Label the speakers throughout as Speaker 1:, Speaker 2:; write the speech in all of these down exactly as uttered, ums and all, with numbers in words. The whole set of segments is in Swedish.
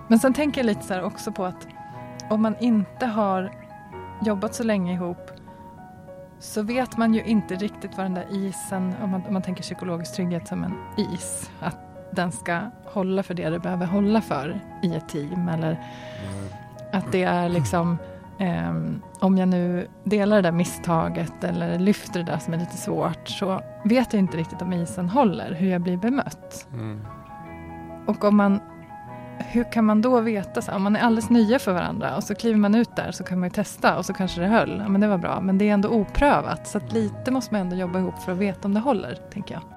Speaker 1: Men sen tänker jag lite så här också på att om man inte har jobbat så länge ihop så vet man ju inte riktigt vad den där isen, om man, om man tänker psykologisk trygghet som en is, att den ska hålla för det det behöver hålla för i ett team. Eller mm. att det är liksom, eh, om jag nu delar det där misstaget eller lyfter det där som är lite svårt, så vet jag inte riktigt om isen håller, hur jag blir bemött. Mm. Och om man, hur kan man då veta, så, om man är alldeles nya för varandra och så kliver man ut där, så kan man ju testa och så kanske det höll. Ja, men det var bra, men det är ändå oprövat, så att lite måste man ändå jobba ihop för att veta om det håller, tänker jag.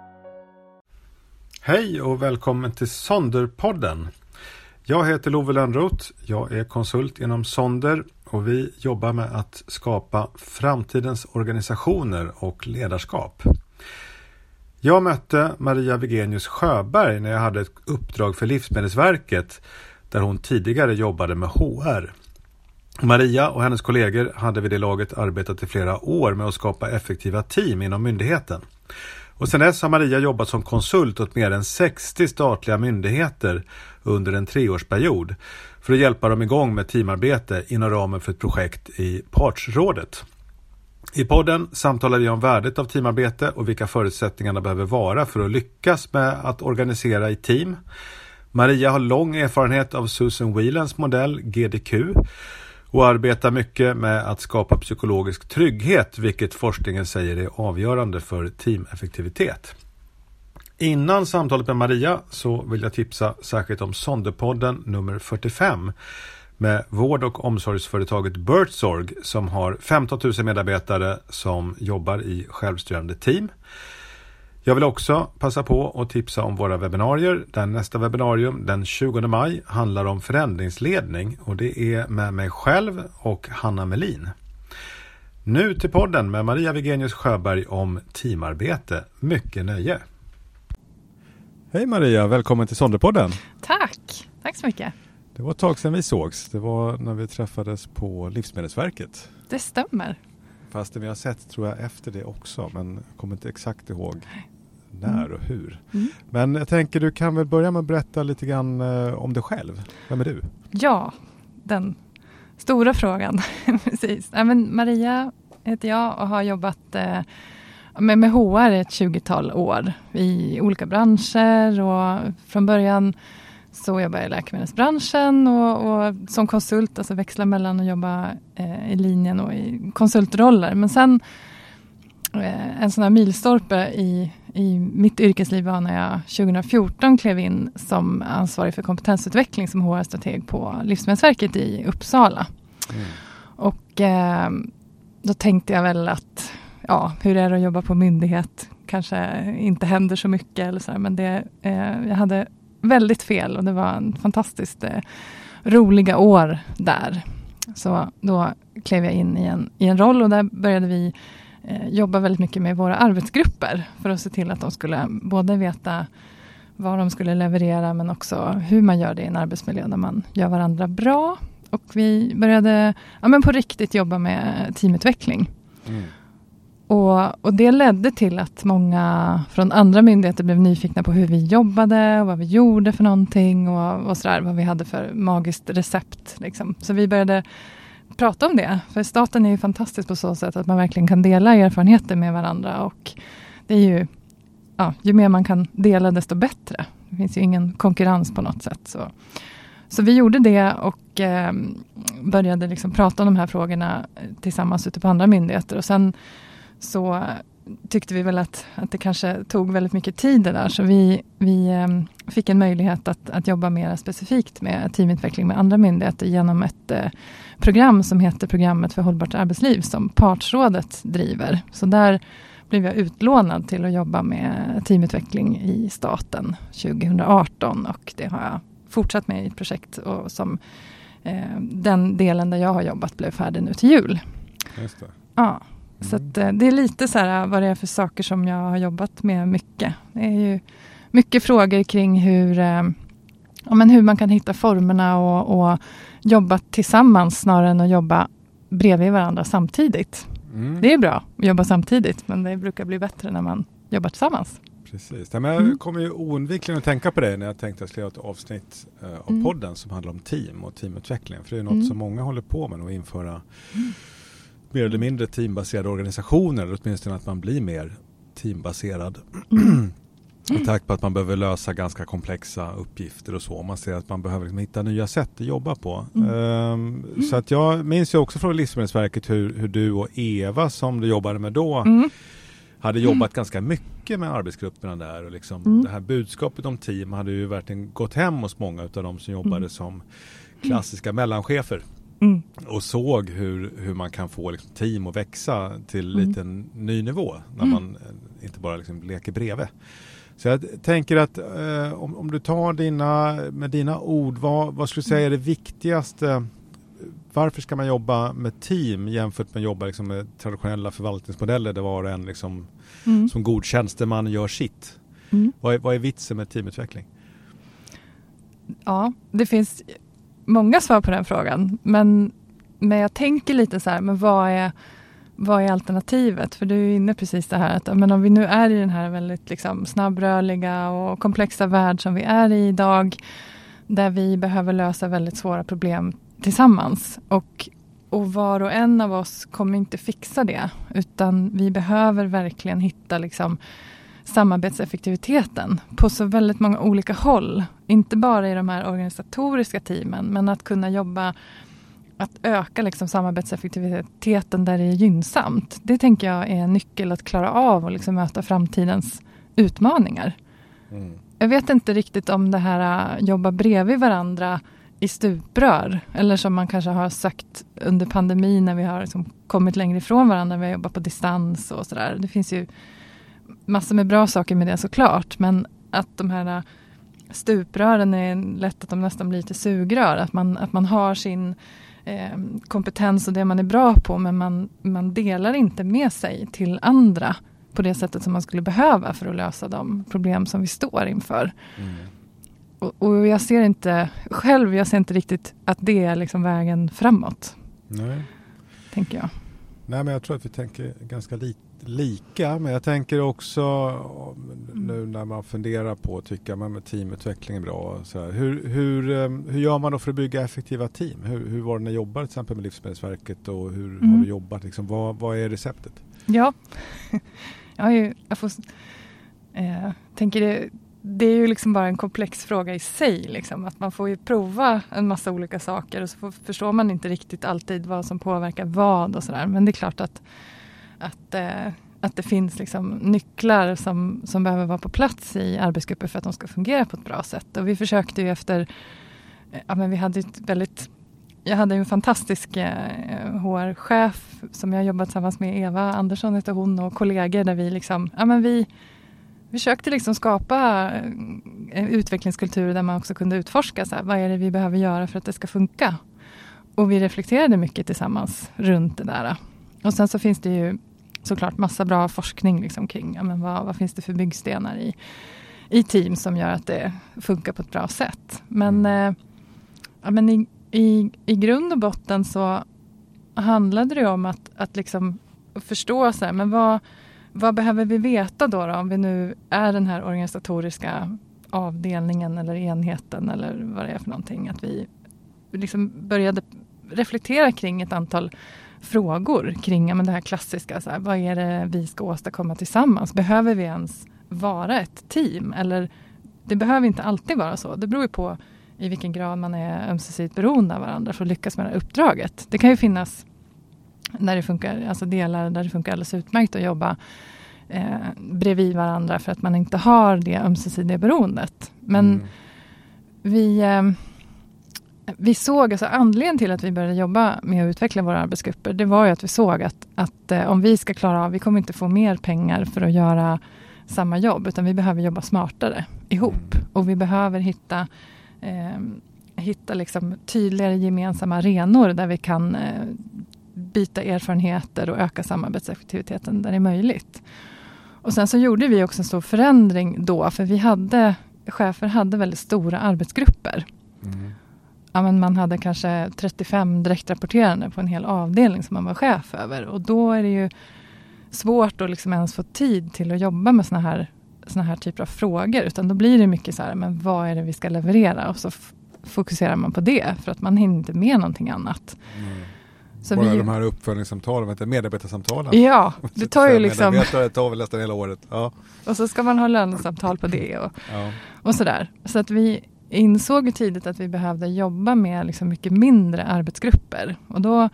Speaker 2: Hej och välkommen till Sonderpodden. Jag heter Love Lönnroth, jag är konsult inom Sonder och vi jobbar med att skapa framtidens organisationer och ledarskap. Jag mötte Maria Wigenius Sjöberg när jag hade ett uppdrag för Livsmedelsverket där hon tidigare jobbade med H R. Maria och hennes kollegor hade vid det laget arbetat i flera år med att skapa effektiva team inom myndigheten. Och sedan dess har Maria jobbat som konsult åt mer än sextio statliga myndigheter under en treårsperiod för att hjälpa dem igång med teamarbete inom ramen för ett projekt i Partsrådet. I podden samtalar vi om värdet av teamarbete och vilka förutsättningarna behöver vara för att lyckas med att organisera i team. Maria har lång erfarenhet av Susan Whelans modell G D Q och arbetar mycket med att skapa psykologisk trygghet, vilket forskningen säger är avgörande för teameffektivitet. Innan samtalet med Maria så vill jag tipsa särskilt om Sonderpodden nummer fyrtiofem med vård- och omsorgsföretaget Birtsorg som har femton tusen medarbetare som jobbar i självstyrande team. Jag vill också passa på att tipsa om våra webbinarier. Den nästa webbinarium den tjugonde maj handlar om förändringsledning och det är med mig själv och Hanna Melin. Nu till podden med Maria Wigenius Sjöberg om teamarbete. Mycket nöje! Hej Maria, välkommen till Sonderpodden.
Speaker 1: Tack, tack så mycket.
Speaker 2: Det var ett tag sedan vi sågs. Det var när vi träffades på Livsmedelsverket.
Speaker 1: Det stämmer.
Speaker 2: Fast det vi har sett tror jag efter det också. Men jag kommer inte exakt ihåg när och hur. Mm. Men jag tänker du kan väl börja med att berätta lite grann eh, om dig själv. Vem är du?
Speaker 1: Ja, den stora frågan. Precis. Ja, men Maria heter jag och har jobbat eh, med, med H R ett tjugotal år. I olika branscher och från början så jobbar jag i läkemedelsbranschen och, och som konsult, alltså växla mellan att jobba eh, i linjen och i konsultroller. Men sen eh, en sån här milstolpe i, i mitt yrkesliv var när jag tjugohundrafjorton klev in som ansvarig för kompetensutveckling som H R-strateg på Livsmedelsverket i Uppsala. Mm. Och eh, då tänkte jag väl att ja, hur är det att jobba på myndighet? Kanske inte händer så mycket eller så här, men det, eh, jag hade väldigt fel och det var en fantastiskt eh, roliga år där. Så då klev jag in i en, i en roll och där började vi eh, jobba väldigt mycket med våra arbetsgrupper för att se till att de skulle både veta vad de skulle leverera men också hur man gör det i en arbetsmiljö där man gör varandra bra. Och vi började ja, men på riktigt jobba med teamutveckling. Mm. Och, och det ledde till att många från andra myndigheter blev nyfikna på hur vi jobbade och vad vi gjorde för någonting och, och sådär, vad vi hade för magiskt recept. Liksom. Så vi började prata om det. För staten är ju fantastisk på så sätt att man verkligen kan dela erfarenheter med varandra. Och det är ju, ja, ju mer man kan dela desto bättre. Det finns ju ingen konkurrens på något sätt. Så, så vi gjorde det och eh, började liksom prata om de här frågorna tillsammans ute på andra myndigheter. Och sen så tyckte vi väl att, att det kanske tog väldigt mycket tid där. Så vi, vi eh, fick en möjlighet att, att jobba mer specifikt med teamutveckling med andra myndigheter genom ett eh, program som heter Programmet för hållbart arbetsliv som Partsrådet driver. Så där blev jag utlånad till att jobba med teamutveckling i staten tjugohundraarton och det har jag fortsatt med i ett projekt och som eh, den delen där jag har jobbat blev färdig nu till jul. Just det. Ja. Så att, det är lite så här vad det är för saker som jag har jobbat med mycket. Det är ju mycket frågor kring hur, eh, ja, men hur man kan hitta formerna och, och jobba tillsammans snarare än att jobba bredvid varandra samtidigt. Mm. Det är bra att jobba samtidigt men det brukar bli bättre när man jobbar tillsammans.
Speaker 2: Precis. Men jag mm. kommer ju oundvikligen att tänka på det när jag tänkte att jag skulle göra ett avsnitt uh, av mm. podden som handlar om team och teamutveckling. För det är något mm. som många håller på med, att införa mm. mer eller mindre teambaserade organisationer, eller åtminstone att man blir mer teambaserad. Mm. I takt på att man behöver lösa ganska komplexa uppgifter och så. Man ser att man behöver liksom hitta nya sätt att jobba på. Mm. Um, mm. Så att jag minns ju också från Livsmedelsverket hur, hur du och Eva, som du jobbade med då, mm. hade jobbat mm. ganska mycket med arbetsgrupperna där. Och liksom mm. det här budskapet om team hade ju verkligen gått hem hos många av de som jobbade mm. som klassiska mm. mellanchefer. Mm. Och såg hur, hur man kan få liksom team att växa till mm. liten ny nivå. När mm. man inte bara liksom leker bredvid. Så jag tänker att eh, om, om du tar dina, med dina ord, vad, vad skulle du säga är det viktigaste? Varför ska man jobba med team jämfört med att jobba liksom med traditionella förvaltningsmodeller där var och en liksom, mm. som god tjänsteman gör sitt? Mm. Vad, är, vad är vitsen med teamutveckling?
Speaker 1: Ja, det finns många svar på den frågan. Men, men jag tänker lite så här, men vad är... Vad är alternativet? För du är inne precis det här att men om vi nu är i den här väldigt liksom, snabbrörliga och komplexa värld som vi är i idag, där vi behöver lösa väldigt svåra problem tillsammans. Och, och var och en av oss kommer inte fixa det, utan vi behöver verkligen hitta liksom, samarbetseffektiviteten på så väldigt många olika håll. Inte bara i de här organisatoriska teamen, men att kunna jobba att öka liksom samarbetseffektiviteten där det är gynnsamt. Det tänker jag är en nyckel att klara av och liksom möta framtidens utmaningar. Mm. Jag vet inte riktigt om det här jobba bredvid varandra i stuprör. Eller som man kanske har sagt under pandemin när vi har liksom kommit längre ifrån varandra. Vi har jobbat på distans och sådär. Det finns ju massor med bra saker med det såklart. Men att de här stuprören är lätt att de nästan blir lite sugrör. Att man, att man har sin Eh, kompetens och det man är bra på, men man, man delar inte med sig till andra på det sättet som man skulle behöva för att lösa de problem som vi står inför. Mm. Och, och jag ser inte själv, jag ser inte riktigt att det är liksom vägen framåt. Nej. Tänker jag.
Speaker 2: Nej, men jag tror att vi tänker ganska li- lika, men jag tänker också nu när man funderar på att tycka man med teamutveckling är bra. Så här, hur, hur, hur gör man då för att bygga effektiva team? Hur, hur var det när du jobbade till exempel med Livsmedelsverket och hur mm. har du jobbat? Liksom, vad, vad är receptet?
Speaker 1: Ja, jag, har ju, jag får, eh, tänker det, det är ju liksom bara en komplex fråga i sig. Liksom, att man får ju prova en massa olika saker och så får, förstår man inte riktigt alltid vad som påverkar vad och sådär. Men det är klart att Att, eh, att det finns liksom nycklar som, som behöver vara på plats i arbetsgrupper för att de ska fungera på ett bra sätt. Och vi försökte ju efter, eh, ja men vi hade ett väldigt, jag hade ju en fantastisk eh, H R-chef som jag jobbat tillsammans med, Eva Andersson heter hon, och kollegor där vi liksom, ja men vi försökte liksom skapa en utvecklingskultur där man också kunde utforska så här, vad är det vi behöver göra för att det ska funka. Och vi reflekterade mycket tillsammans runt det där. Och sen så finns det ju såklart massa bra forskning liksom kring ja, men vad, vad finns det för byggstenar i, i team som gör att det funkar på ett bra sätt. Men, eh, ja, men i, i, i grund och botten så handlade det om att, att liksom förstå så här, men vad, vad behöver vi veta då, då om vi nu är den här organisatoriska avdelningen eller enheten eller vad det är för någonting. Att vi liksom började reflektera kring ett antal frågor kring ja, men det här klassiska. Så här, vad är det vi ska åstadkomma tillsammans? Behöver vi ens vara ett team? Eller det behöver inte alltid vara så. Det beror ju på i vilken grad man är ömsesidigt beroende av varandra för att lyckas med det här uppdraget. Det kan ju finnas när det funkar, alltså delar där det funkar alldeles utmärkt att jobba eh, bredvid varandra för att man inte har det ömsesidiga beroendet. Men mm. vi... Eh, Vi såg, alltså anledningen till att vi började jobba med att utveckla våra arbetsgrupper, det var ju att vi såg att, att eh, om vi ska klara av, vi kommer inte få mer pengar för att göra samma jobb, utan vi behöver jobba smartare ihop. Och vi behöver hitta, eh, hitta liksom tydligare gemensamma arenor där vi kan eh, byta erfarenheter och öka samarbetseffektiviteten där det är möjligt. Och sen så gjorde vi också en stor förändring då, för vi hade, chefer hade väldigt stora arbetsgrupper. Mm. Ja, men man hade kanske trettiofem direktrapporterande på en hel avdelning som man var chef över. Och då är det ju svårt att liksom ens få tid till att jobba med såna här, såna här typer av frågor. Utan då blir det mycket så här, men vad är det vi ska leverera? Och så f- fokuserar man på det för att man hinner inte med någonting annat.
Speaker 2: Mm.
Speaker 1: Så
Speaker 2: Bara
Speaker 1: vi,
Speaker 2: de här uppföljningssamtalen, medarbetarsamtalen.
Speaker 1: Ja, det tar ju liksom...
Speaker 2: Medarbetare tar väl nästan hela året. Ja.
Speaker 1: Och så ska man ha lönesamtal på det och,
Speaker 2: ja.
Speaker 1: och sådär. Så att vi insåg ju tidigt att vi behövde jobba med liksom mycket mindre arbetsgrupper. Och då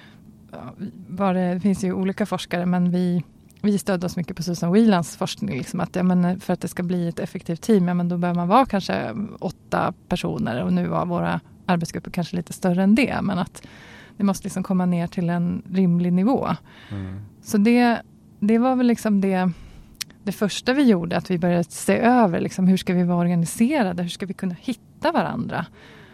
Speaker 1: var det, det finns ju olika forskare, men vi, vi stödde oss mycket på Susan Whelans forskning. Liksom att, ja, men för att det ska bli ett effektivt team, ja, men då behöver man vara kanske åtta personer. Och nu var våra arbetsgrupper kanske lite större än det. Men att det måste liksom komma ner till en rimlig nivå. Mm. Så det, det var väl liksom det, det första vi gjorde. Att vi började se över liksom, hur ska vi vara organiserade? Hur ska vi kunna hitta varandra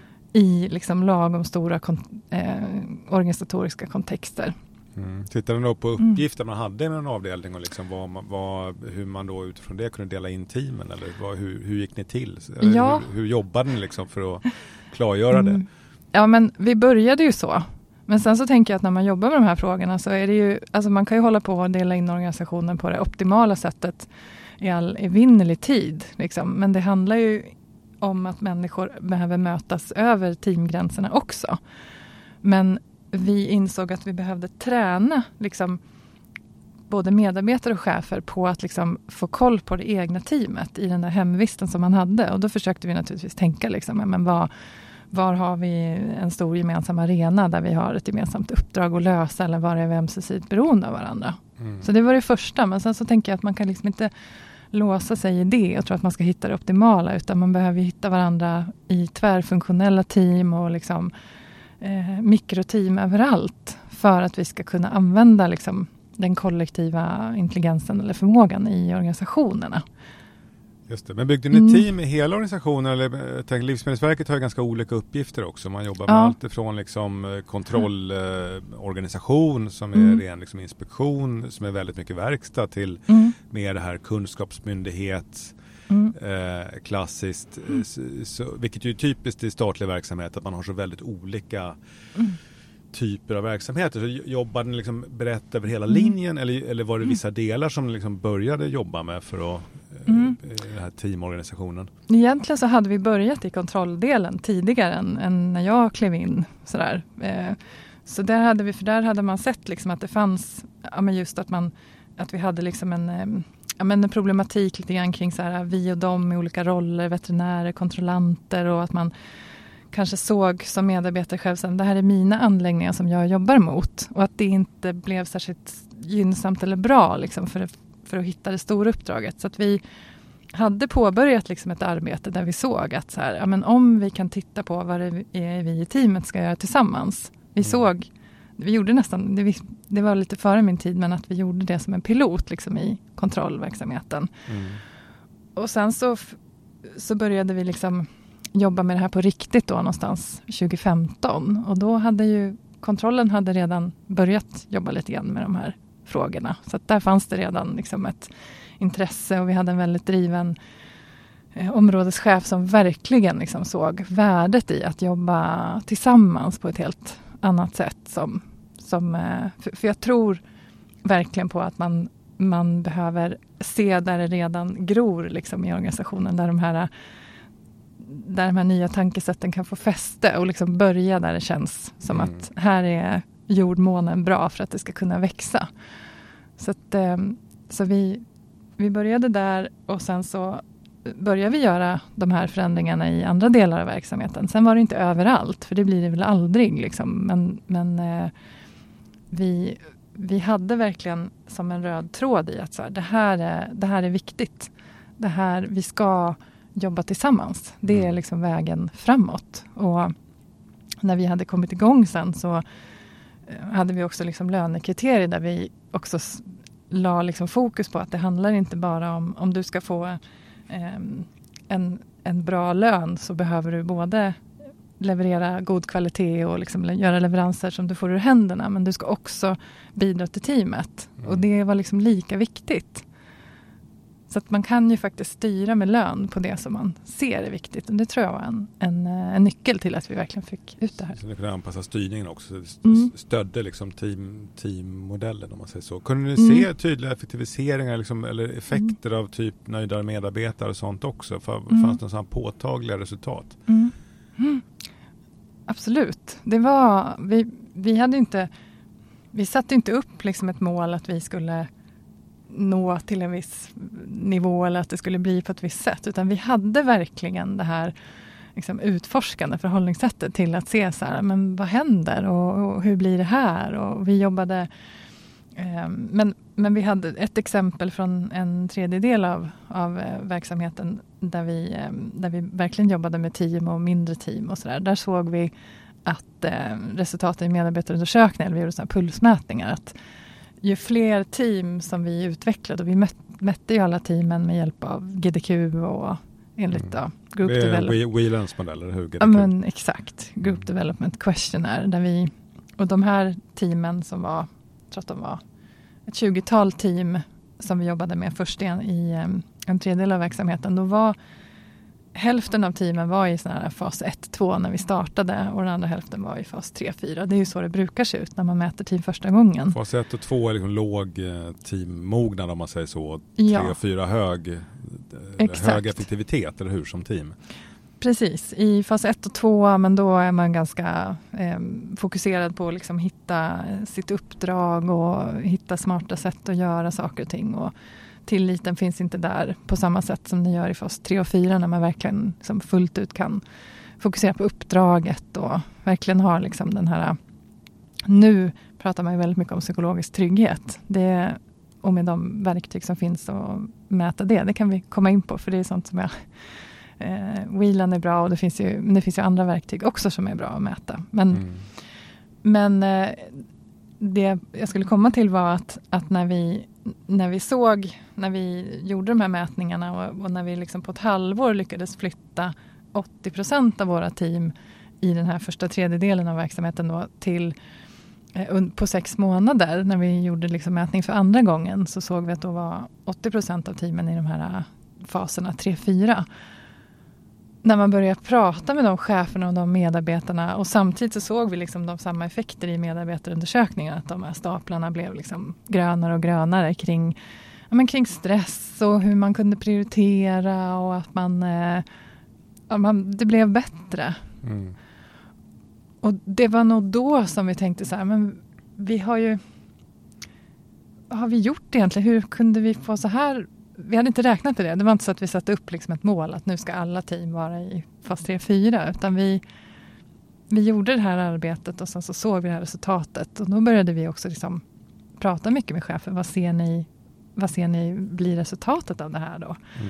Speaker 1: i liksom lagom stora kon- eh, organisatoriska kontexter.
Speaker 2: Mm. Tittar du då på uppgifter mm. man hade med en avdelning och liksom vad man, vad, hur man då utifrån det kunde dela in teamen? Eller vad, hur, hur gick ni till? Eller
Speaker 1: ja.
Speaker 2: hur, hur jobbade ni liksom för att klargöra mm. det?
Speaker 1: Ja, men vi började ju så. Men sen så tänker jag att när man jobbar med de här frågorna så är det ju, alltså man kan ju hålla på och dela in organisationen på det optimala sättet i all evinnerlig tid. Liksom. Men det handlar ju om att människor behöver mötas över teamgränserna också. Men vi insåg att vi behövde träna liksom, både medarbetare och chefer på att liksom, få koll på det egna teamet i den där hemvisten som man hade. Och då försökte vi naturligtvis tänka liksom, men vad, var har vi en stor gemensam arena där vi har ett gemensamt uppdrag att lösa, eller var är vi ömsesidigt beroende av varandra. Mm. Så det var det första, men sen så tänker jag att man kan liksom inte låsa sig i det och tro att man ska hitta det optimala, utan man behöver hitta varandra i tvärfunktionella team och liksom, eh, mikroteam överallt för att vi ska kunna använda liksom, den kollektiva intelligensen eller förmågan i organisationerna.
Speaker 2: Just det. Men byggde ni mm. team i hela organisationen? Eller, jag tänker, Livsmedelsverket har ju ganska olika uppgifter också. Man jobbar med ja. allt ifrån liksom, kontrollorganisation eh, som är mm. ren liksom, inspektion, som är väldigt mycket verkstad, till mm. mer det här kunskapsmyndighet, mm. eh, klassiskt, mm. så, så, vilket ju är typiskt i statlig verksamhet, att man har så väldigt olika mm. typer av verksamheter. Så jobbar ni liksom brett över hela linjen, mm. eller, eller var det vissa delar som liksom började jobba med för att mm. den här teamorganisationen?
Speaker 1: Egentligen så hade vi börjat i kontrolldelen tidigare än, än när jag klev in. Sådär. Eh, så där hade vi, för där hade man sett liksom att det fanns, ja, men just att, man, att vi hade liksom en, eh, ja, men en problematik lite grann kring så här, vi och dem i olika roller, veterinärer, kontrollanter, och att man kanske såg som medarbetare själv att det här är mina anläggningar som jag jobbar mot, och att det inte blev särskilt gynnsamt eller bra liksom, för, för att hitta det stora uppdraget. Så att vi hade påbörjat liksom ett arbete där vi såg att så här, ja, men om vi kan titta på vad det är vi i teamet ska göra tillsammans. Vi mm. såg, vi gjorde nästan, det, det var lite före min tid, men att vi gjorde det som en pilot liksom, i kontrollverksamheten. Mm. Och sen så, så började vi liksom jobba med det här på riktigt då någonstans tjugo femton. Och då hade ju kontrollen hade redan börjat jobba lite grann med de här frågorna. Så att där fanns det redan liksom ett intresse, och vi hade en väldigt driven eh, områdeschef som verkligen liksom såg värdet i att jobba tillsammans på ett helt annat sätt. Som, som, eh, för, för jag tror verkligen på att man, man behöver se där det redan gror liksom, i organisationen, där de här där de här nya tankesätten kan få fäste och liksom börja där det känns som mm. att här är jordmånen bra för att det ska kunna växa. Så, att, så vi, vi började där, och sen så började vi göra de här förändringarna i andra delar av verksamheten. Sen var det inte överallt, för det blir det väl aldrig. Liksom. Men, men vi, vi hade verkligen som en röd tråd i att så här, det, här är, det här är viktigt. Det här, vi ska jobba tillsammans. Det är liksom vägen framåt. Och när vi hade kommit igång sen så hade vi också liksom lönekriterier där vi också la liksom fokus på att det handlar inte bara om om du ska få eh, en, en bra lön, så behöver du både leverera god kvalitet och liksom göra leveranser som du får ur händerna, men du ska också bidra till teamet. Mm. Och det var liksom lika viktigt. Så att man kan ju faktiskt styra med lön på det som man ser är viktigt. Och det tror jag var en, en, en nyckel till att vi verkligen fick ut det här.
Speaker 2: Så ni kunde anpassa styrningen också.
Speaker 1: Mm.
Speaker 2: Stödde liksom team, teammodellen om man säger så. Kunde ni
Speaker 1: Mm.
Speaker 2: se tydliga effektiviseringar liksom, eller effekter mm. av typ nöjda medarbetare och sånt också? För,
Speaker 1: mm.
Speaker 2: Fanns det någon sån påtagliga resultat?
Speaker 1: Mm. Mm. Absolut. Det var, vi, vi hade inte, vi satte inte upp liksom ett mål att vi skulle nå till en viss nivå eller att det skulle bli på ett visst sätt. Utan vi hade verkligen det här liksom, utforskande förhållningssättet till att se så här, men vad händer och, och hur blir det här? Och vi jobbade, eh, men, men vi hade ett exempel från en tredjedel av, av eh, verksamheten där vi, eh, där vi verkligen jobbade med team och mindre team och sådär. Där såg vi att eh, resultaten i medarbetarundersökningar, vi gjorde sådana här pulsmätningar, att ju fler team som vi utvecklade, och vi mätte, mätte ju alla teamen med hjälp av G D Q och enligt då, Group
Speaker 2: det är
Speaker 1: Development.
Speaker 2: Whelans modell, eller hur? G D Q?
Speaker 1: Ja, men exakt. Group Development Questionnaire. Där vi, och de här teamen som var, jag tror att de var ett tjugotal team som vi jobbade med först i en, i en tredjedel av verksamheten. Då var hälften av teamen var i sån här fas ett två när vi startade, och den andra hälften var i fas tre fyra. Det är ju så det brukar se ut när man mäter team första gången.
Speaker 2: Fas ett och två är liksom låg teammognad om man säger så.
Speaker 1: Ja.
Speaker 2: tre och fyra hög, hög effektivitet, eller hur, som team?
Speaker 1: Precis, i fas ett och två, men då är man ganska eh, fokuserad på att liksom hitta sitt uppdrag och hitta smarta sätt att göra saker och ting, och tilliten finns inte där på samma sätt som det gör i fas tre och fyra, när man verkligen liksom fullt ut kan fokusera på uppdraget och verkligen har liksom den här, nu pratar man ju väldigt mycket om psykologisk trygghet. Det, och med de verktyg som finns att mäta det, det kan vi komma in på, för det är sånt som jag eh, Whelan är bra, och det finns ju, men det finns ju andra verktyg också som är bra att mäta. Men, mm. men eh, det jag skulle komma till var att, att när vi när vi såg, när vi gjorde de här mätningarna och, och när vi liksom på ett halvår lyckades flytta åttio procent av våra team i den här första tredjedelen av verksamheten då till eh, på sex månader, när vi gjorde liksom mätning för andra gången, så såg vi att då var åttio procent av teamen i de här faserna tre fyra. När man började prata med de cheferna och de medarbetarna, och samtidigt så såg vi liksom de samma effekter i medarbetarundersökningar, att de här staplarna blev liksom grönare och grönare kring, ja, men kring stress och hur man kunde prioritera, och att man, eh, ja, man det blev bättre. Mm. Och det var nog då som vi tänkte så här, men vi har ju, vad har vi gjort egentligen? Hur kunde vi få så här? Vi hade inte räknat på det. Det var inte så att vi satte upp liksom ett mål att nu ska alla team vara i fas tre fyra. Utan vi, vi gjorde det här arbetet, och sen så såg vi det här resultatet. Och då började vi också liksom prata mycket med chefer. Vad ser ni, vad ser ni blir resultatet av det här då? Mm.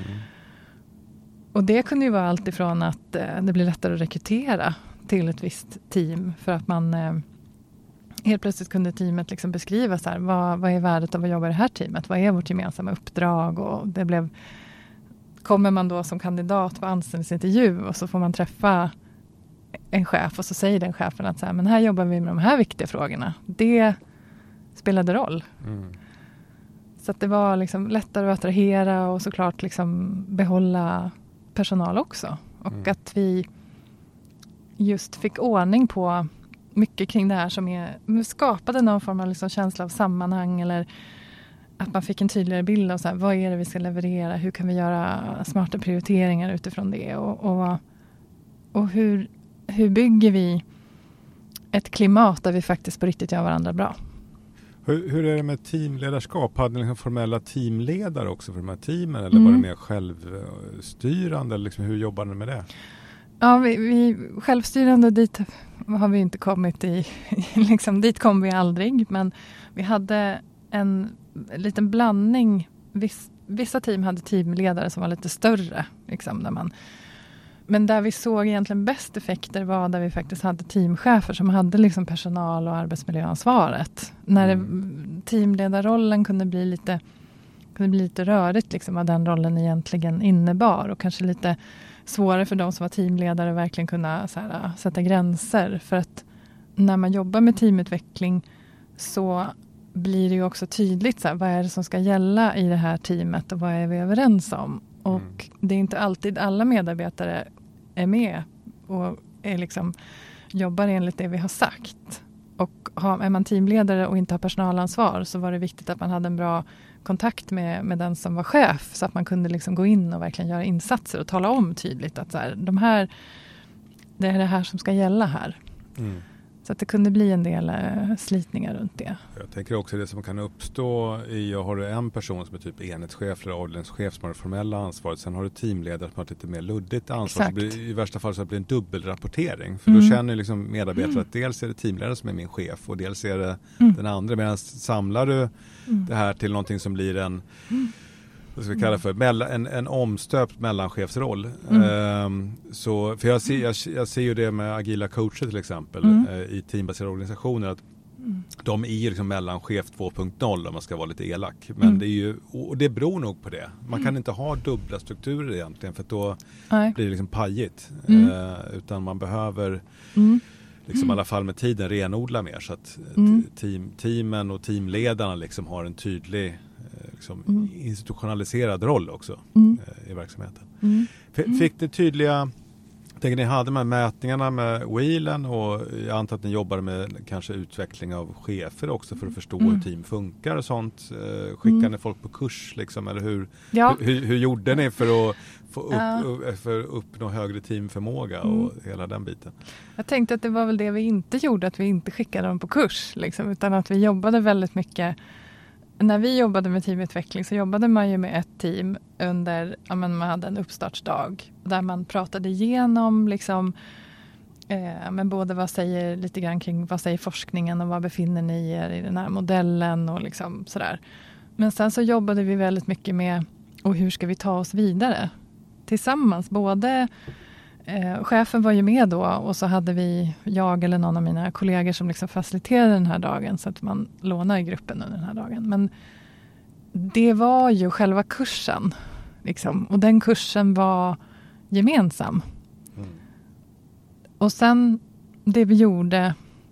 Speaker 1: Och det kunde ju vara allt ifrån att eh, det blir lättare att rekrytera till ett visst team. För att man... Eh, Helt plötsligt kunde teamet liksom beskriva så här, vad, vad är värdet av att jobba i det här teamet? Vad är vårt gemensamma uppdrag? Och det blev, kommer man då som kandidat på anställningsintervju, och så får man träffa en chef, och så säger den chefen att så här, men här jobbar vi med de här viktiga frågorna. Det spelade roll. Mm. Så att det var liksom lättare att attrahera och såklart liksom behålla personal också. Och mm. att vi just fick ordning på mycket kring det här som är, skapade någon form av liksom känsla av sammanhang, eller att man fick en tydligare bild av så här, vad är det vi ska leverera, hur kan vi göra smarta prioriteringar utifrån det, och, och, och hur, hur bygger vi ett klimat där vi faktiskt på riktigt gör varandra bra.
Speaker 2: Hur, hur är det med teamledarskap? Hade ni liksom formella teamledare också för de här teamen, eller mm. var det mer självstyrande, eller liksom, hur jobbade ni med det?
Speaker 1: Ja, vi, vi självstyrande, dit har vi inte kommit i, liksom, dit kom vi aldrig, men vi hade en liten blandning. Viss, vissa team hade teamledare som var lite större, liksom, där man, men där vi såg egentligen bäst effekter var där vi faktiskt hade teamchefer som hade liksom personal- och arbetsmiljöansvaret. När det, teamledarrollen kunde bli lite, kunde bli lite rörigt, liksom, vad den rollen egentligen innebar, och kanske lite svårare för de som var teamledare att verkligen kunna så här, sätta gränser. För att när man jobbar med teamutveckling så blir det ju också tydligt så här, vad är det som ska gälla i det här teamet och vad är vi överens om. Och mm. det är inte alltid alla medarbetare är med och är liksom, jobbar enligt det vi har sagt. Och har, är man teamledare och inte har personalansvar så var det viktigt att man hade en bra kontakt med, med den som var chef så att man kunde liksom gå in och verkligen göra insatser och tala om tydligt att så här, de här, det är det här som ska gälla här. Mm. Så att det kunde bli en del äh, slitningar runt det.
Speaker 2: Jag tänker också det som kan uppstå i, jag har en person som är typ enhetschef eller avdelningschef som har det formella ansvaret. Sen har du teamledare som har ett lite mer luddigt ansvar. Så blir, i värsta fall så blir det en dubbelrapportering. För mm. då känner liksom medarbetare mm. att dels är det teamledare som är min chef och dels är det mm. den andra. Medan samlar du mm. det här till någonting som blir en... Mm. vad ska vi kalla för, en, en omstöpt mellanchefsroll. Mm. Ehm, så, för jag ser, jag, jag ser ju det med agila coacher till exempel mm. eh, i teambaserade organisationer att mm. de är ju liksom mellanchef två punkt noll om man ska vara lite elak. Men mm. det är ju, och det beror nog på det. Man kan inte ha dubbla strukturer egentligen för då Nej. blir det liksom pajigt. Mm. Ehm, utan man behöver mm. liksom i alla fall med tiden renodla mer så att mm. team, teamen och teamledarna liksom har en tydlig liksom mm. institutionaliserad roll också mm. eh, i verksamheten. Mm. F- fick ni tydliga, tänker ni hade med mätningarna med Wheelen och jag antar att ni jobbade med kanske utveckling av chefer också för att förstå mm. hur team funkar och sånt. Eh, skickade mm. ni folk på kurs liksom, eller hur,
Speaker 1: ja.
Speaker 2: hur, hur gjorde ni för att få upp, ja. upp, för att uppnå högre teamförmåga mm. och hela den biten?
Speaker 1: Jag tänkte att det var väl det vi inte gjorde, att vi inte skickade dem på kurs liksom, utan att vi jobbade väldigt mycket. När vi jobbade med teamutveckling så jobbade man ju med ett team under, ja men man hade en uppstartsdag där man pratade igenom liksom, eh, men både vad säger lite grann kring vad säger forskningen och vad befinner ni er i den här modellen och liksom sådär. Men sen så jobbade vi väldigt mycket med och hur ska vi ta oss vidare tillsammans. Både eh, chefen var ju med då och så hade vi, jag eller någon av mina kollegor som liksom faciliterade den här dagen så att man lånar i gruppen under den här dagen. Men det var ju själva kursen liksom, och den kursen var gemensam. Mm. Och sen det vi gjorde,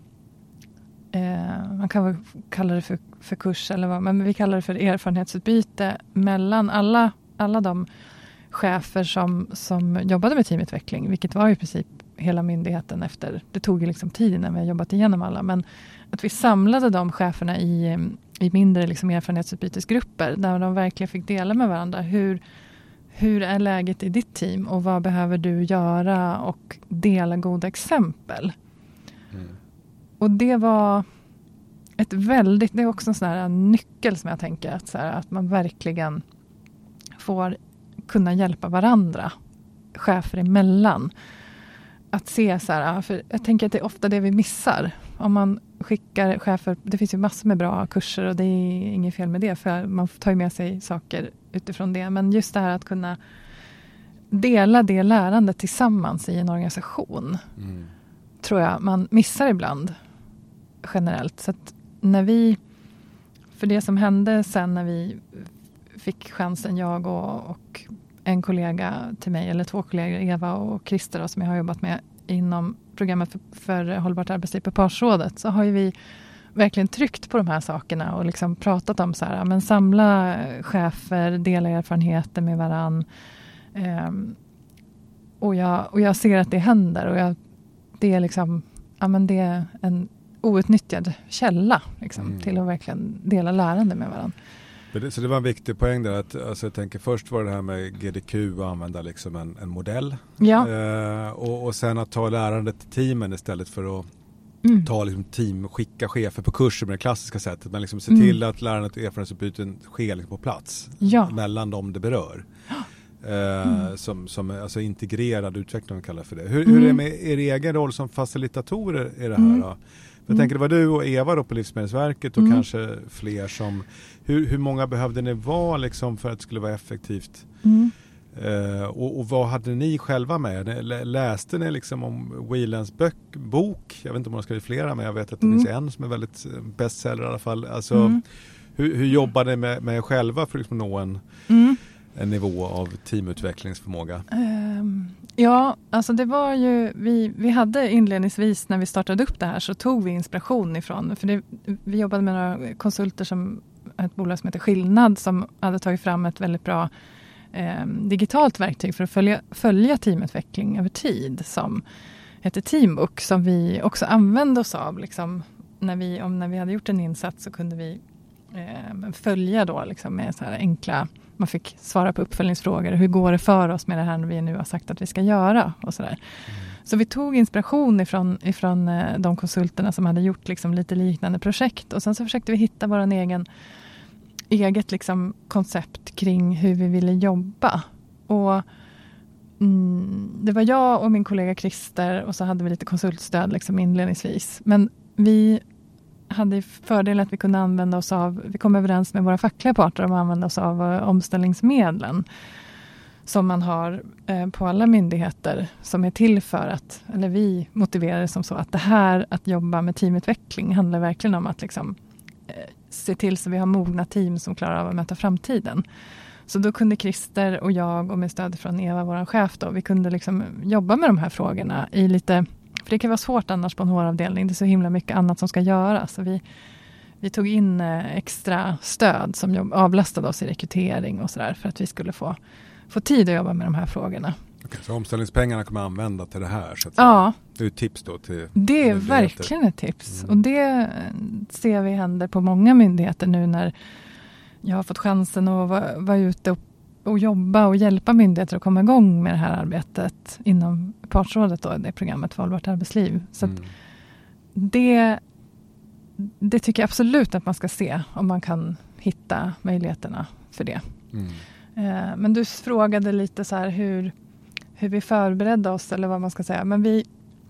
Speaker 1: eh, man kan väl kalla det för, för kurs eller vad, men vi kallar det för erfarenhetsutbyte mellan alla, alla de chefer som, som jobbade med teamutveckling, vilket var i princip hela myndigheten efter, det tog ju liksom tid innan vi har jobbat igenom alla, men att vi samlade de cheferna i, i mindre liksom erfarenhetsutbytesgrupper där de verkligen fick dela med varandra hur, hur är läget i ditt team och vad behöver du göra och dela goda exempel. Mm. Och det var ett väldigt, det är också en sån här nyckel som jag tänker att, så här, att man verkligen får kunna hjälpa varandra, chefer emellan. Att se så här, för jag tänker att det är ofta det vi missar. Om man skickar chefer, det finns ju massor med bra kurser och det är inget fel med det för man tar ju med sig saker utifrån det. Men just det här att kunna dela det lärandet tillsammans i en organisation mm. tror jag man missar ibland generellt. Så att när vi, för det som hände sen när vi fick chansen, jag och, och en kollega till mig, eller två kollegor, Eva och Christer då, som jag har jobbat med inom programmet för, för hållbart arbetsliv på Parsrådet, så har ju vi verkligen tryckt på de här sakerna och liksom pratat om så här, men samla chefer, dela erfarenheter med varann. Um, och, jag, och jag ser att det händer och jag, det är liksom, ja men det är en outnyttjad källa liksom, mm. till att verkligen dela lärande med varandra.
Speaker 2: Så det var en viktig poäng där att alltså jag tänker först var det här med G D Q och använda liksom en, en modell
Speaker 1: ja.
Speaker 2: eh, och, och sen att ta lärandet till teamen istället för att mm. ta liksom team, skicka chefer på kurser med det klassiska sättet, men liksom se mm. till att lärandet och erfarenhetsutbyten sker liksom på plats
Speaker 1: ja.
Speaker 2: mellan dem det berör. Eh, mm. som, som alltså integrerad utveckling kallar för det. Hur, mm. hur är det med er egen roll som facilitatorer i det här mm. då? Jag mm. tänker det var du och Eva då på Livsmedelsverket och mm. kanske fler som, hur, hur många behövde ni vara liksom för att det skulle vara effektivt? Mm. Uh, och, och vad hade ni själva med? Läste ni liksom om Wheelens bök, bok? Jag vet inte om man ska bli flera, men jag vet att det mm. finns en som är väldigt bestseller i alla fall. Alltså, mm. hur, hur jobbar ni med, med er själva för att liksom nå en, mm. en nivå av teamutvecklingsförmåga?
Speaker 1: Um, Ja, alltså det var ju, vi, vi hade inledningsvis när vi startade upp det här så tog vi inspiration ifrån, för det, vi jobbade med några konsulter som ett bolag som heter Skillnad som hade tagit fram ett väldigt bra eh, digitalt verktyg för att följa, följa teamutveckling över tid som heter Teambook, som vi också använde oss av liksom, när, vi, om, när vi hade gjort en insats så kunde vi eh, följa då liksom, med så här enkla, man fick svara på uppföljningsfrågor, hur går det för oss med det här vi nu har sagt att vi ska göra och sådär. Mm. Så vi tog inspiration ifrån, ifrån eh, de konsulterna som hade gjort liksom, lite liknande projekt och sen så försökte vi hitta vår egen eget liksom, koncept kring hur vi ville jobba. Och mm, det var jag och min kollega Christer och så hade vi lite konsultstöd liksom, inledningsvis. Men vi hade fördel att vi kunde använda oss av, vi kom överens med våra fackliga parter om att använda oss av uh, omställningsmedlen som man har uh, på alla myndigheter som är till för att, eller vi motiverar det som så att det här att jobba med teamutveckling handlar verkligen om att liksom uh, se till så vi har mogna team som klarar av att möta framtiden. Så då kunde Christer och jag och med stöd från Eva, vår chef då, vi kunde liksom jobba med de här frågorna i lite, för det kan vara svårt annars på en H R-avdelning, det är så himla mycket annat som ska göras. Så vi, vi tog in extra stöd som jobb, avlastade oss i rekrytering och sådär för att vi skulle få, få tid att jobba med de här frågorna.
Speaker 3: Okej, så omställningspengarna kommer att använda till det här? Så att
Speaker 1: ja.
Speaker 3: Det är ett tips då till
Speaker 1: det är verkligen ett tips. Mm. Och det ser vi händer på många myndigheter nu när jag har fått chansen att vara, vara ute och, och jobba och hjälpa myndigheter att komma igång med det här arbetet inom partsrådet då, det programmet för hållbart arbetsliv. Så mm. att det, det tycker jag absolut att man ska se om man kan hitta möjligheterna för det. Mm. Eh, men du frågade lite så här hur, hur vi förberedde oss eller vad man ska säga. Men vi,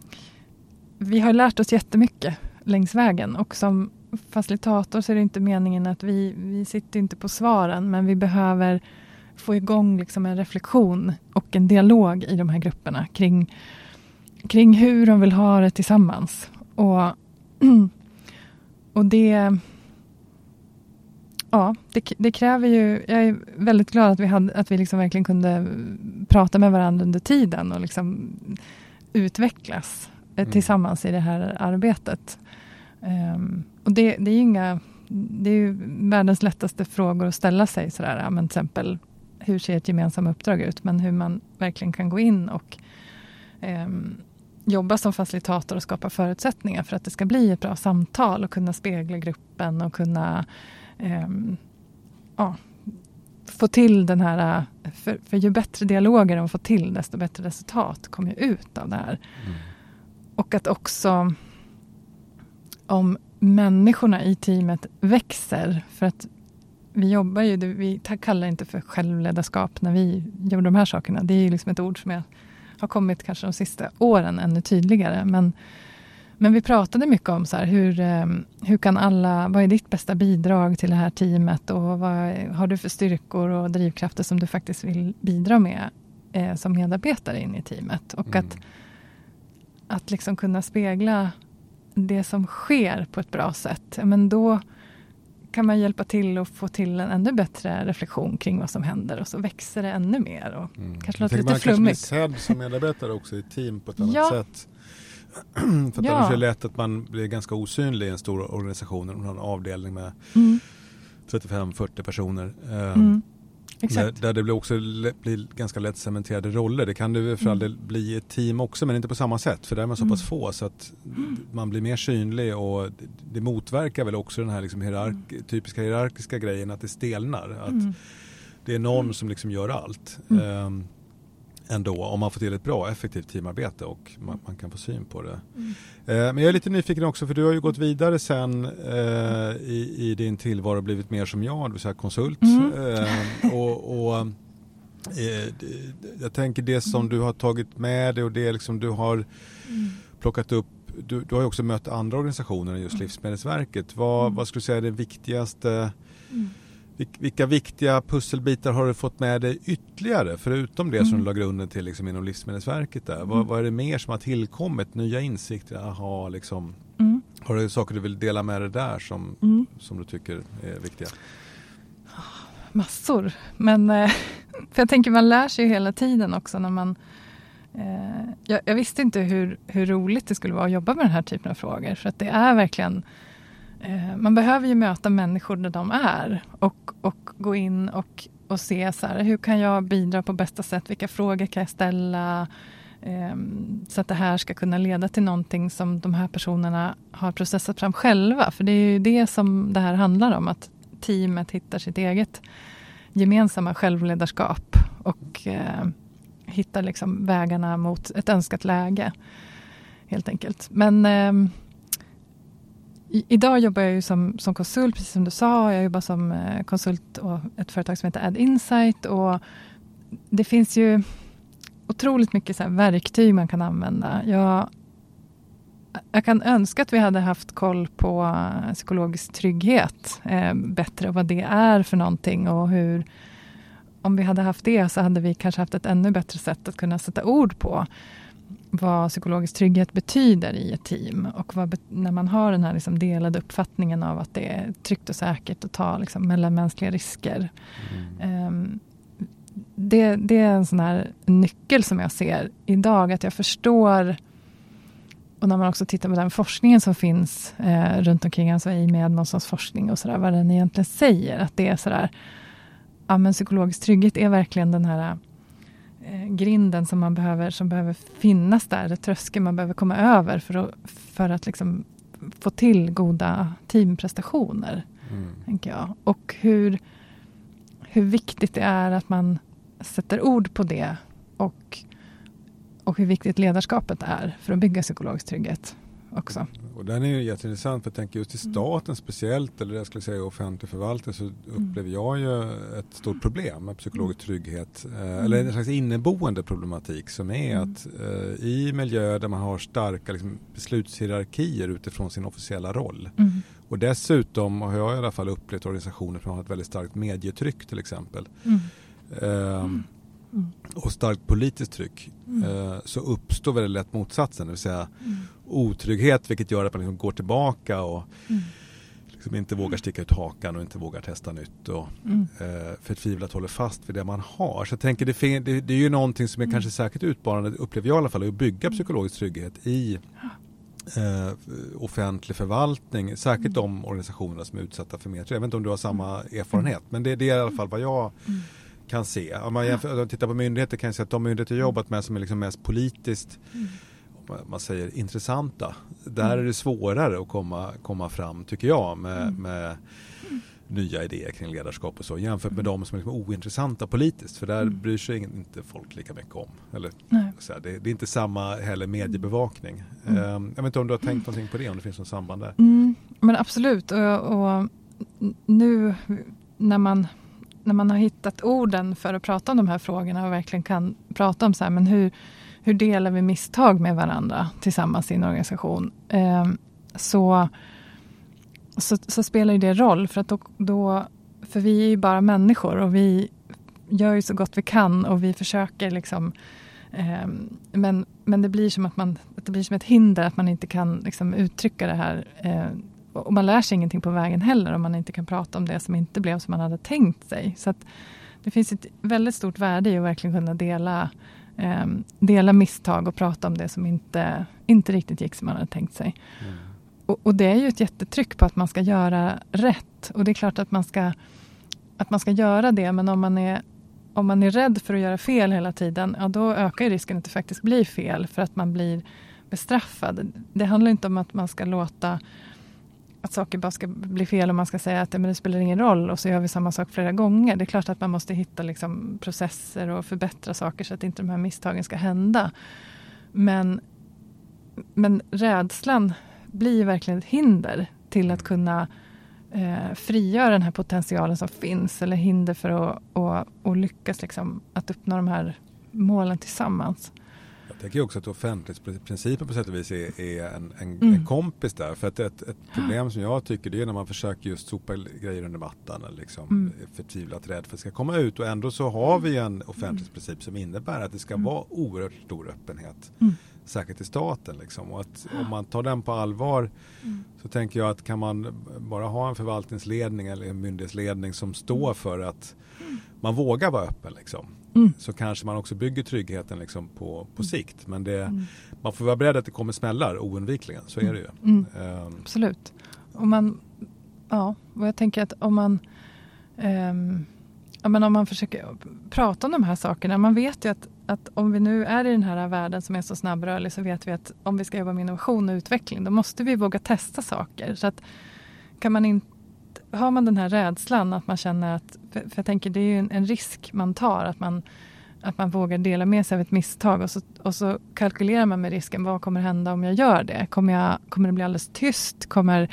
Speaker 1: vi har lärt oss jättemycket längs vägen och som facilitator så är det inte meningen att vi, vi sitter inte på svaren, men vi behöver få igång liksom en reflektion och en dialog i de här grupperna kring, kring hur de vill ha det tillsammans. Och, och det, ja, det, det kräver ju, jag är väldigt glad att vi, hade, att vi liksom verkligen kunde prata med varandra under tiden och liksom utvecklas mm. tillsammans i det här arbetet. Um, och det, det är ju inga, det är ju världens lättaste frågor att ställa sig sådär, ja, men till exempel hur ser ett gemensamt uppdrag ut, men hur man verkligen kan gå in och um, jobba som facilitator och skapa förutsättningar för att det ska bli ett bra samtal och kunna spegla gruppen och kunna um, ja, få till den här, för, för ju bättre dialoger de får till desto bättre resultat kommer ju ut av det här. Mm. Och att också om människorna i teamet växer, för att vi jobbar ju, vi kallar inte för självledarskap när vi gör de här sakerna. Det är ju liksom ett ord som jag har kommit kanske de sista åren ännu tydligare. Men, men vi pratade mycket om så här, hur, hur kan alla, vad är ditt bästa bidrag till det här teamet och vad har du för styrkor och drivkrafter som du faktiskt vill bidra med eh, som medarbetare in i teamet. Och mm. att, att liksom kunna spegla det som sker på ett bra sätt, men då kan man hjälpa till och få till en ännu bättre reflektion kring vad som händer och så växer det ännu mer och mm. kanske låter lite
Speaker 3: man
Speaker 1: flummigt.
Speaker 3: Man kanske blir sedd som medarbetare också i team på ett annat
Speaker 1: ja.
Speaker 3: sätt. För att
Speaker 1: ja.
Speaker 3: det är lätt att man blir ganska osynlig i en stor organisation om man har en avdelning med
Speaker 1: mm.
Speaker 3: trettiofem till fyrtio personer.
Speaker 1: Mm. Exakt.
Speaker 3: Där, där det blir också blir ganska lätt cementerade roller. Det kan det för all del bli ett team också, men inte på samma sätt. För där är man så pass få så att man blir mer synlig och det, det motverkar väl också den här liksom hierark, typiska hierarkiska grejen att det stelnar. Att mm. det är någon som liksom gör allt. Mm. Um, ändå, om man får till ett bra, effektivt teamarbete och man, man kan få syn på det. Mm. Eh, men jag är lite nyfiken också, för du har ju gått vidare sen eh, i, i din tillvaro och blivit mer som jag, det vill säga konsult. Mm. Eh, och och eh, jag tänker det som du har tagit med dig och det liksom du har mm. plockat upp, du, du har ju också mött andra organisationer än just Livsmedelsverket. Vad, mm. vad skulle du säga är det viktigaste mm. Vilka viktiga pusselbitar har du fått med dig ytterligare förutom det mm. som du la grunden till liksom inom Livsmedelsverket där? Mm. Vad, vad är det mer som har tillkommit? Nya insikter? Aha, liksom. Mm. Har du saker du vill dela med dig där som, mm. som du tycker är viktiga?
Speaker 1: Massor. Men för jag tänker man lär sig ju hela tiden också när man eh, jag, jag visste inte hur, hur roligt det skulle vara att jobba med den här typen av frågor. För att det är verkligen, eh, man behöver ju möta människor där de är. Och, och gå in och, och se så här, hur kan jag bidra på bästa sätt? Vilka frågor kan jag ställa? Eh, så att det här ska kunna leda till någonting som de här personerna har processat fram själva. För det är ju det som det här handlar om. Att teamet hittar sitt eget gemensamma självledarskap och eh, hittar liksom vägarna mot ett önskat läge, helt enkelt. Men eh, i, idag jobbar jag ju som, som konsult, precis som du sa. Jag jobbar som eh, konsult och ett företag som heter Add Insight, och det finns ju otroligt mycket så här verktyg man kan använda. Jag, jag kan önska att vi hade haft koll på psykologisk trygghet eh, bättre, och vad det är för någonting, och hur, om vi hade haft det så hade vi kanske haft ett ännu bättre sätt att kunna sätta ord på vad psykologisk trygghet betyder i ett team, och vad, när man har den här liksom delade uppfattningen av att det är tryggt och säkert att ta liksom mellanmänskliga risker. Mm. Um, det, det är en sån här nyckel som jag ser idag, att jag förstår. Och när man också tittar på den forskningen som finns eh, runt omkring, alltså i Medmonssons forskning och sådär, vad den egentligen säger, att det är sådär, ja men psykologisk trygghet är verkligen den här eh, grinden som man behöver, som behöver finnas där, det tröskel man behöver komma över för att, för att liksom få till goda teamprestationer, mm. tänker jag. Och hur, hur viktigt det är att man sätter ord på det, och Och hur viktigt ledarskapet är för att bygga psykologisk trygghet också.
Speaker 3: Och den är ju jätteintressant, för jag tänker just i staten mm. speciellt, eller jag skulle säga offentlig förvaltning, så upplever jag ju ett stort problem med psykologisk trygghet. Mm. Eller en slags inneboende problematik som är mm. att eh, i miljöer där man har starka liksom, beslutshierarkier utifrån sin officiella roll. Mm. Och dessutom har jag i alla fall upplevt organisationer som har ett väldigt starkt medietryck till exempel. Mm. Eh, mm. Mm. och starkt politiskt tryck, mm. eh, så uppstår väldigt lätt motsatsen, det vill säga mm. otrygghet, vilket gör att man liksom går tillbaka och mm. liksom inte vågar sticka ut hakan och inte vågar testa nytt och mm. eh, förtvivlat håller fast vid det man har. Så jag tänker det, det, det är ju någonting som är mm. kanske säkert utbarande, upplever jag i alla fall, att bygga psykologisk trygghet i eh, offentlig förvaltning, säkert mm. de organisationer som är utsatta för mer. Jag vet inte om du har samma erfarenhet, men det, det är i alla fall vad jag mm. kan se. Om man, jämför, om man tittar på myndigheter kan jag säga att de myndigheter jag jobbat med som är liksom mest politiskt mm. man säger intressanta, där mm. är det svårare att komma, komma fram, tycker jag, med, mm. med mm. nya idéer kring ledarskap och så, jämfört med mm. de som är liksom ointressanta politiskt, för där mm. bryr sig inte folk lika mycket om. Eller, så här, det, det är inte samma heller mediebevakning. Mm. Um, jag vet inte om du har tänkt någonting på det, om det finns något samband där.
Speaker 1: Mm. Men absolut, och, och nu när man när man har hittat orden för att prata om de här frågorna och verkligen kan prata om så här, men hur, hur delar vi misstag med varandra tillsammans i en organisation, eh, så, så, så spelar ju det roll, för att då, då, för vi är ju bara människor och vi gör ju så gott vi kan och vi försöker liksom, eh, men, men det blir som att man, att det blir som ett hinder att man inte kan liksom uttrycka det här, eh, och man lär sig ingenting på vägen heller om man inte kan prata om det som inte blev som man hade tänkt sig. Så att det finns ett väldigt stort värde i att verkligen kunna dela, eh, dela misstag och prata om det som inte, inte riktigt gick som man hade tänkt sig. Mm. Och, och det är ju ett jättetryck på att man ska göra rätt. Och det är klart att man ska, att man ska göra det, men om man är, om man är rädd för att göra fel hela tiden, ja, då ökar ju risken att det faktiskt blir fel, för att man blir bestraffad. Det handlar inte om att man ska låta att saker bara ska bli fel och man ska säga att men det spelar ingen roll och så gör vi samma sak flera gånger. Det är klart att man måste hitta liksom processer och förbättra saker så att inte de här misstagen ska hända. Men, men rädslan blir verkligen ett hinder till att kunna eh, frigöra den här potentialen som finns, eller hinder för att och, och lyckas liksom att uppnå de här målen tillsammans.
Speaker 3: Jag tänker också att offentlighetsprincipen på sätt och vis är, är en, en, mm. en kompis där. För att ett, ett problem som jag tycker, det är när man försöker just sopa grejer under mattan eller liksom mm. är förtvivlat rädd för att det ska komma ut. Och ändå så har vi en offentlighetsprincip som innebär att det ska mm. vara oerhört stor öppenhet. Mm. Särskilt i staten liksom. Och att om man tar den på allvar mm. så tänker jag att kan man bara ha en förvaltningsledning eller en myndighetsledning som står för att man vågar vara öppen liksom. Mm. Så kanske man också bygger tryggheten liksom på, på sikt. Men det, mm. man får vara beredd att det kommer smällar oundvikligen. Så är det ju.
Speaker 1: Mm. Um. Absolut. Och man, ja, och jag tänker att om man um, ja, men om man försöker prata om de här sakerna. Man vet ju att, att om vi nu är i den här världen som är så snabbrörlig, så vet vi att om vi ska jobba med innovation och utveckling, då måste vi våga testa saker. Så att kan man inte, har man den här rädslan att man känner att, för, för jag tänker det är ju en, en risk man tar, att man, att man vågar dela med sig av ett misstag och så, och så kalkylerar man med risken, vad kommer hända om jag gör det? Kommer, jag, kommer det bli alldeles tyst? Kommer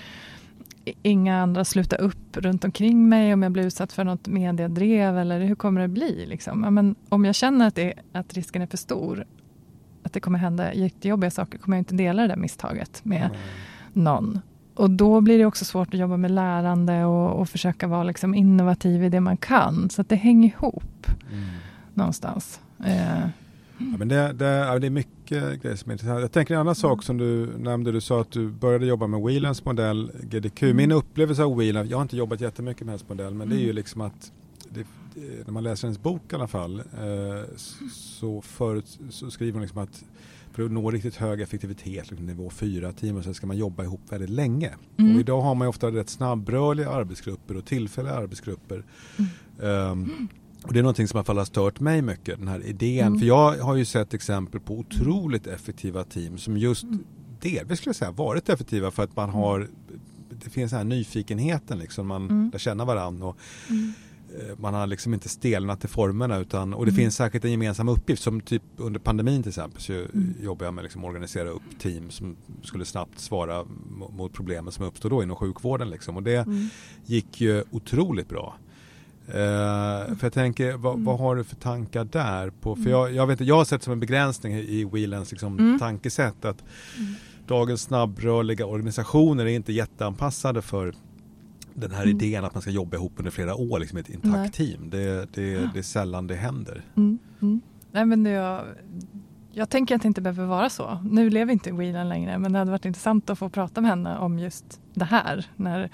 Speaker 1: inga andra sluta upp runt omkring mig om jag blir utsatt för något mediedrev, eller hur kommer det bli liksom? Ja, men om jag känner att, det, att risken är för stor, att det kommer hända jättejobbiga saker, kommer jag inte dela det där misstaget med mm. någon. Och då blir det också svårt att jobba med lärande och, och försöka vara liksom innovativ i det man kan, så att det hänger ihop mm. någonstans. Eh.
Speaker 3: Ja, men det, det, det är mycket grejer som är intressant. Jag tänker en annan sak som du nämnde. Du sa att du började jobba med Whelans modell G D Q. Mm. Min upplevelse av Whelan, jag har inte jobbat jättemycket med hennes modell, men mm. det är ju liksom att det, när man läser hennes bok i alla fall eh, så, förut, så skriver hon liksom att för att nå riktigt hög effektivitet, liksom nivå fyra timmar, så ska man jobba ihop väldigt länge. Mm. Och idag har man ju ofta rätt snabbrörliga arbetsgrupper och tillfälliga arbetsgrupper. Mm. Um, Och det är någonting som i alla fall har stört mig mycket, den här idén. Mm. För jag har ju sett exempel på otroligt effektiva team som just mm. delvis skulle jag säga varit effektiva för att man har, det finns den här nyfikenheten liksom, man mm. lär känna varandra och mm. man har liksom inte stelnat i formerna utan, och det mm. finns säkert en gemensam uppgift som typ under pandemin till exempel så mm. jobbar jag med liksom organisera upp team som skulle snabbt svara mot problemen som uppstår då inom sjukvården liksom, och det mm. gick ju otroligt bra. Uh, för jag tänker, vad, mm. vad har du för tankar där? På, för jag, jag, vet, jag har sett som en begränsning i Whelans liksom, mm. tankesätt att mm. dagens snabbrörliga organisationer är inte jätteanpassade för den här mm. idén att man ska jobba ihop under flera år liksom, ett intakt Nej. team. Det, det, det är sällan det händer.
Speaker 1: Mm. Mm. Nej, men det, jag, jag tänker att det inte behöver vara så. Nu lever inte Whelan längre, men det hade varit intressant att få prata med henne om just det här. När,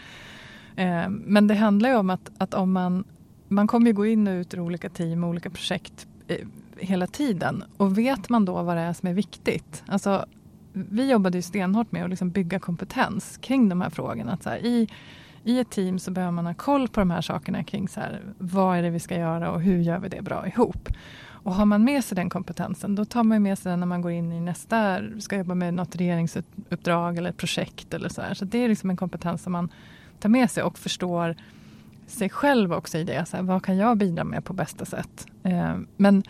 Speaker 1: eh, men det handlar ju om att, att om man Man kommer ju gå in och ut ur olika team och olika projekt eh, hela tiden. Och vet man då vad det är som är viktigt? Alltså, vi jobbade ju stenhårt med att liksom bygga kompetens kring de här frågorna. Att så här, i, I ett team så behöver man ha koll på de här sakerna kring så här, vad är det vi ska göra och hur gör vi det bra ihop. Och har man med sig den kompetensen, då tar man med sig den när man går in i nästa, ska jobba med något regeringsuppdrag eller ett projekt eller så här. Så det är liksom en kompetens som man tar med sig och förstår sig själv också i det. Så här, vad kan jag bidra med på bästa sätt? Eh, men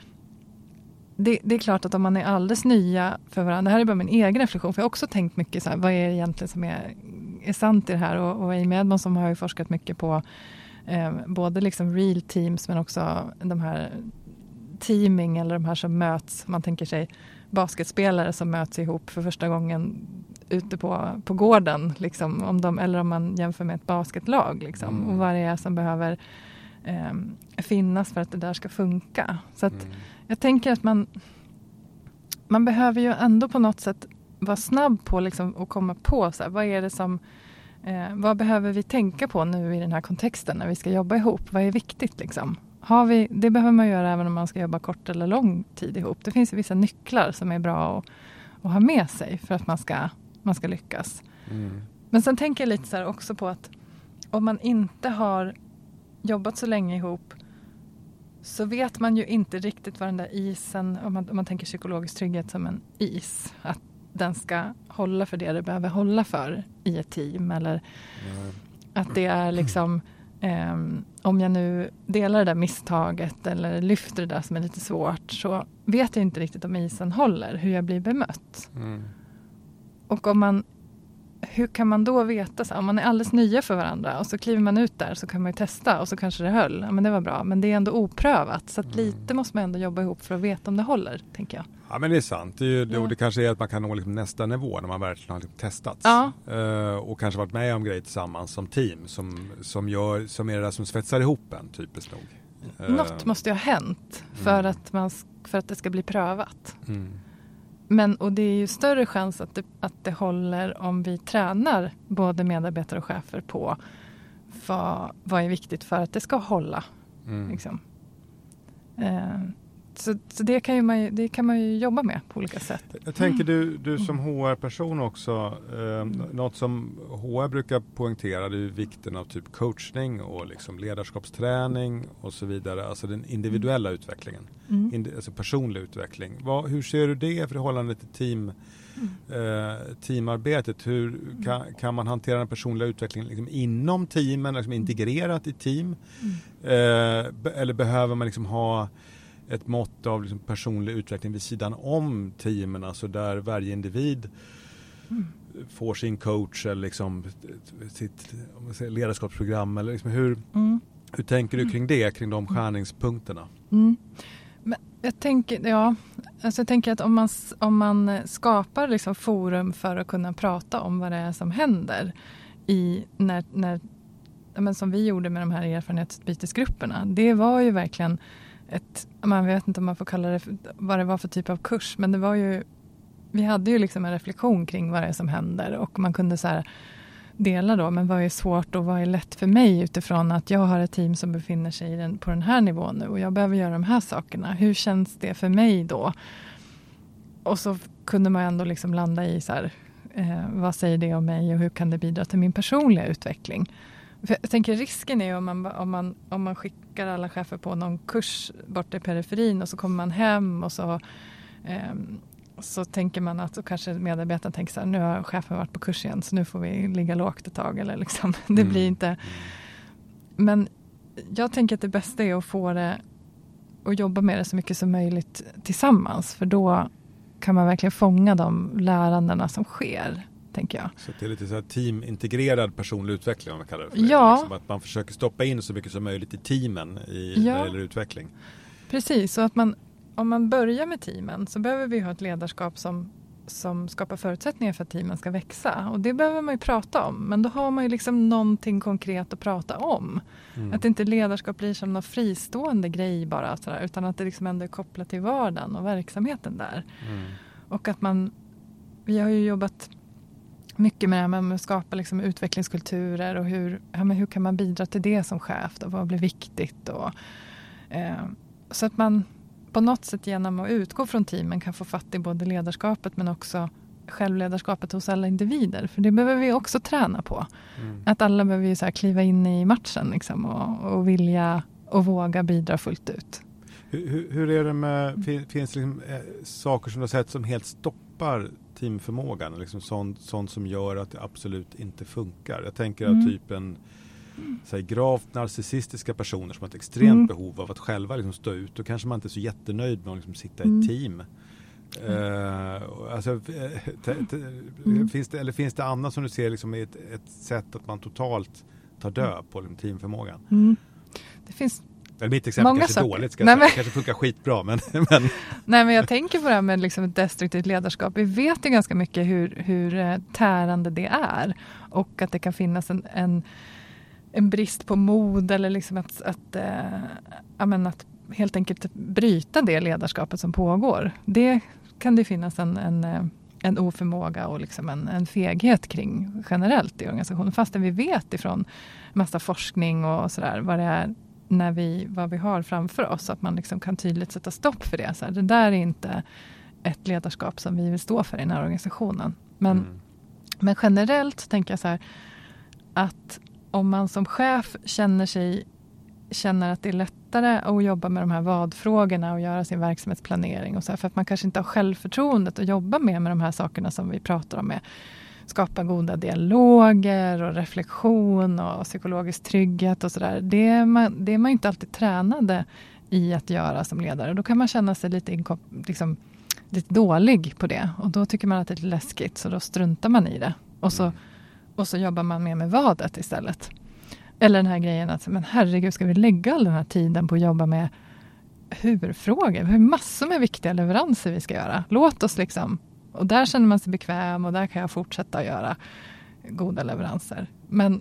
Speaker 1: det, det är klart att om man är alldeles nya för varandra, det här är bara min egen reflektion, för jag har också tänkt mycket så här, vad är det egentligen som är, är sant i det här? Och, och i Medmon som har ju forskat mycket på eh, både liksom real teams men också de här teaming eller de här som möts, man tänker sig basketspelare som möts ihop för första gången ute på, på gården liksom, om de, eller om man jämför med ett basketlag liksom, mm. och vad det är som behöver eh, finnas för att det där ska funka. Så att mm. jag tänker att man man behöver ju ändå på något sätt vara snabb på liksom, att komma på så här, vad är det som eh, vad behöver vi tänka på nu i den här kontexten när vi ska jobba ihop? Vad är viktigt liksom? Har vi, det behöver man göra även om man ska jobba kort eller lång tid ihop. Det finns vissa nycklar som är bra att, att ha med sig för att man ska man ska lyckas. Mm. Men sen tänker jag lite så här också på att om man inte har jobbat så länge ihop så vet man ju inte riktigt vad den där isen, om man, om man tänker psykologisk trygghet som en is, att den ska hålla för det det behöver hålla för i ett team, eller mm. att det är liksom eh, om jag nu delar det där misstaget eller lyfter det där som är lite svårt, så vet jag inte riktigt om isen håller, hur jag blir bemött. Mm. Och om man, hur kan man då veta så, om man är alldeles nya för varandra och så kliver man ut där, så kan man ju testa och så kanske det höll. Ja, men det var bra, men det är ändå oprövat, så att mm. lite måste man ändå jobba ihop för att veta om det håller, tänker jag.
Speaker 3: Ja, men det är sant. Det, är ju, det, ja. det kanske är att man kan nå liksom nästa nivå när man verkligen har liksom testats.
Speaker 1: Ja.
Speaker 3: Uh, och kanske varit med om grejer tillsammans som team som, som, gör, som är det där som svetsar ihop en, typiskt nog. Uh,
Speaker 1: Något måste ju ha hänt för, mm. att, man, för att det ska bli prövat.
Speaker 3: Mm.
Speaker 1: Men, och det är ju större chans att det, att det håller om vi tränar både medarbetare och chefer på vad, vad är viktigt för att det ska hålla. Mm. Liksom. Eh, så så det, kan ju man ju, det kan man ju jobba med på olika sätt.
Speaker 3: Jag tänker du, du som H R-person också, eh, något som H R brukar poängtera, det är vikten av typ coachning och liksom ledarskapsträning och så vidare. Alltså den individuella mm. utvecklingen, mm. Indi- alltså personlig utveckling. Vad, hur ser du det i förhållande till team, mm. eh, teamarbetet? Hur kan, kan man hantera den personliga utvecklingen liksom inom teamen, liksom integrerat i team? Mm. Eh, be- eller behöver man liksom ha ett mått av liksom personlig utveckling vid sidan om teamen, alltså där varje individ mm. får sin coach eller liksom sitt om man säger, ledarskapsprogram, eller liksom hur, mm. hur tänker du kring det, kring de skärningspunkterna?
Speaker 1: Mm. Men jag tänker, ja, alltså jag tänker att om man, om man skapar liksom forum för att kunna prata om vad det är som händer i när, när men som vi gjorde med de här erfarenhetsbytesgrupperna, det var ju verkligen ett, man vet inte om man får kalla det för, vad det var för typ av kurs, men det var ju, vi hade ju liksom en reflektion kring vad det är som händer, och man kunde så här dela då, men vad är svårt och vad är lätt för mig utifrån att jag har ett team som befinner sig i den, på den här nivån nu och jag behöver göra de här sakerna. Hur känns det för mig då? Och så kunde man ändå liksom landa i så här, eh, vad säger det om mig och hur kan det bidra till min personliga utveckling? För jag tänker risken är om man, om, man, om man skickar alla chefer på någon kurs bort i periferin och så kommer man hem och så, eh, så tänker man att så kanske medarbetaren tänker så här, nu har chefen varit på kurs igen så nu får vi ligga lågt ett tag. Eller liksom, det
Speaker 3: mm.
Speaker 1: blir inte... Men jag tänker att det bästa är att få det och jobba med det så mycket som möjligt tillsammans, för då kan man verkligen fånga de lärandena som sker. Tänker jag.
Speaker 3: Så det är lite så här teamintegrerad personlig utveckling, om man kallar det för.
Speaker 1: Ja.
Speaker 3: Liksom att man försöker stoppa in så mycket som möjligt i teamen i
Speaker 1: ja.
Speaker 3: när det gäller utveckling.
Speaker 1: Precis, så att man, om man börjar med teamen så behöver vi ha ett ledarskap som, som skapar förutsättningar för att teamen ska växa. Och det behöver man ju prata om, men då har man ju liksom någonting konkret att prata om. Mm. Att inte ledarskap blir som någon fristående grej bara, sådär, utan att det liksom ändå är kopplat till vardagen och verksamheten där. Mm. Och att man, vi har ju jobbat mycket med det här med att skapa liksom utvecklingskulturer och hur, ja, men hur kan man bidra till det som chef och vad blir viktigt. Och, eh, så att man på något sätt genom att utgå från teamen kan få fatt i både ledarskapet men också självledarskapet hos alla individer. För det behöver vi också träna på. Mm. Att alla behöver ju så här kliva in i matchen liksom, och, och vilja och våga bidra fullt ut.
Speaker 3: Hur, hur är det med, mm. finns det liksom, äh, saker som du har sett som helt stoppar teamförmågan, liksom sånt, sånt som gör att det absolut inte funkar? Jag tänker mm. att typ en så här, gravt narcissistiska personer som har ett extremt mm. behov av att själva liksom stå ut, då kanske man inte är så jättenöjd med att liksom sitta i ett mm. team. Mm. Uh, alltså, t- t- mm. finns det, eller finns det annat som du ser liksom är ett, ett sätt att man totalt tar död på liksom, teamförmågan?
Speaker 1: Mm. Det finns
Speaker 3: Eller mitt exempel
Speaker 1: många
Speaker 3: kanske
Speaker 1: saker.
Speaker 3: dåligt, ska
Speaker 1: Nej,
Speaker 3: jag säga.
Speaker 1: men...
Speaker 3: Det kanske funkar skitbra. Men, men...
Speaker 1: Nej, men jag tänker på det här med liksom ett destruktivt ledarskap. Vi vet ju ganska mycket hur, hur tärande det är. Och att det kan finnas en, en, en brist på mod eller liksom att, att, äh, jag menar, att helt enkelt bryta det ledarskapet som pågår. Det kan det finnas en, en, en oförmåga och liksom en, en feghet kring generellt i organisationen. Fastän vi vet ifrån massa forskning och sådär vad det är när vi, vad vi har framför oss, att man liksom kan tydligt sätta stopp för det. Så här, det där är inte ett ledarskap som vi vill stå för i den här organisationen. Men, mm. men generellt tänker jag så här, att om man som chef känner sig känner att det är lättare att jobba med de här vadfrågorna och göra sin verksamhetsplanering och så här, för att man kanske inte har självförtroendet att jobba med med de här sakerna som vi pratar om, med skapa goda dialoger och reflektion och psykologisk trygghet och sådär. Det är man, det är man inte alltid tränade i att göra som ledare. Då kan man känna sig lite, inkop- liksom, lite dålig på det. Och då tycker man att det är lite läskigt, så då struntar man i det. Och så, och så jobbar man mer med vadet istället. Eller den här grejen att, men herregud, ska vi lägga all den här tiden på att jobba med hur-frågor? Vi har massor med viktiga leveranser vi ska göra. Låt oss liksom... Och där känner man sig bekväm och där kan jag fortsätta att göra goda leveranser. Men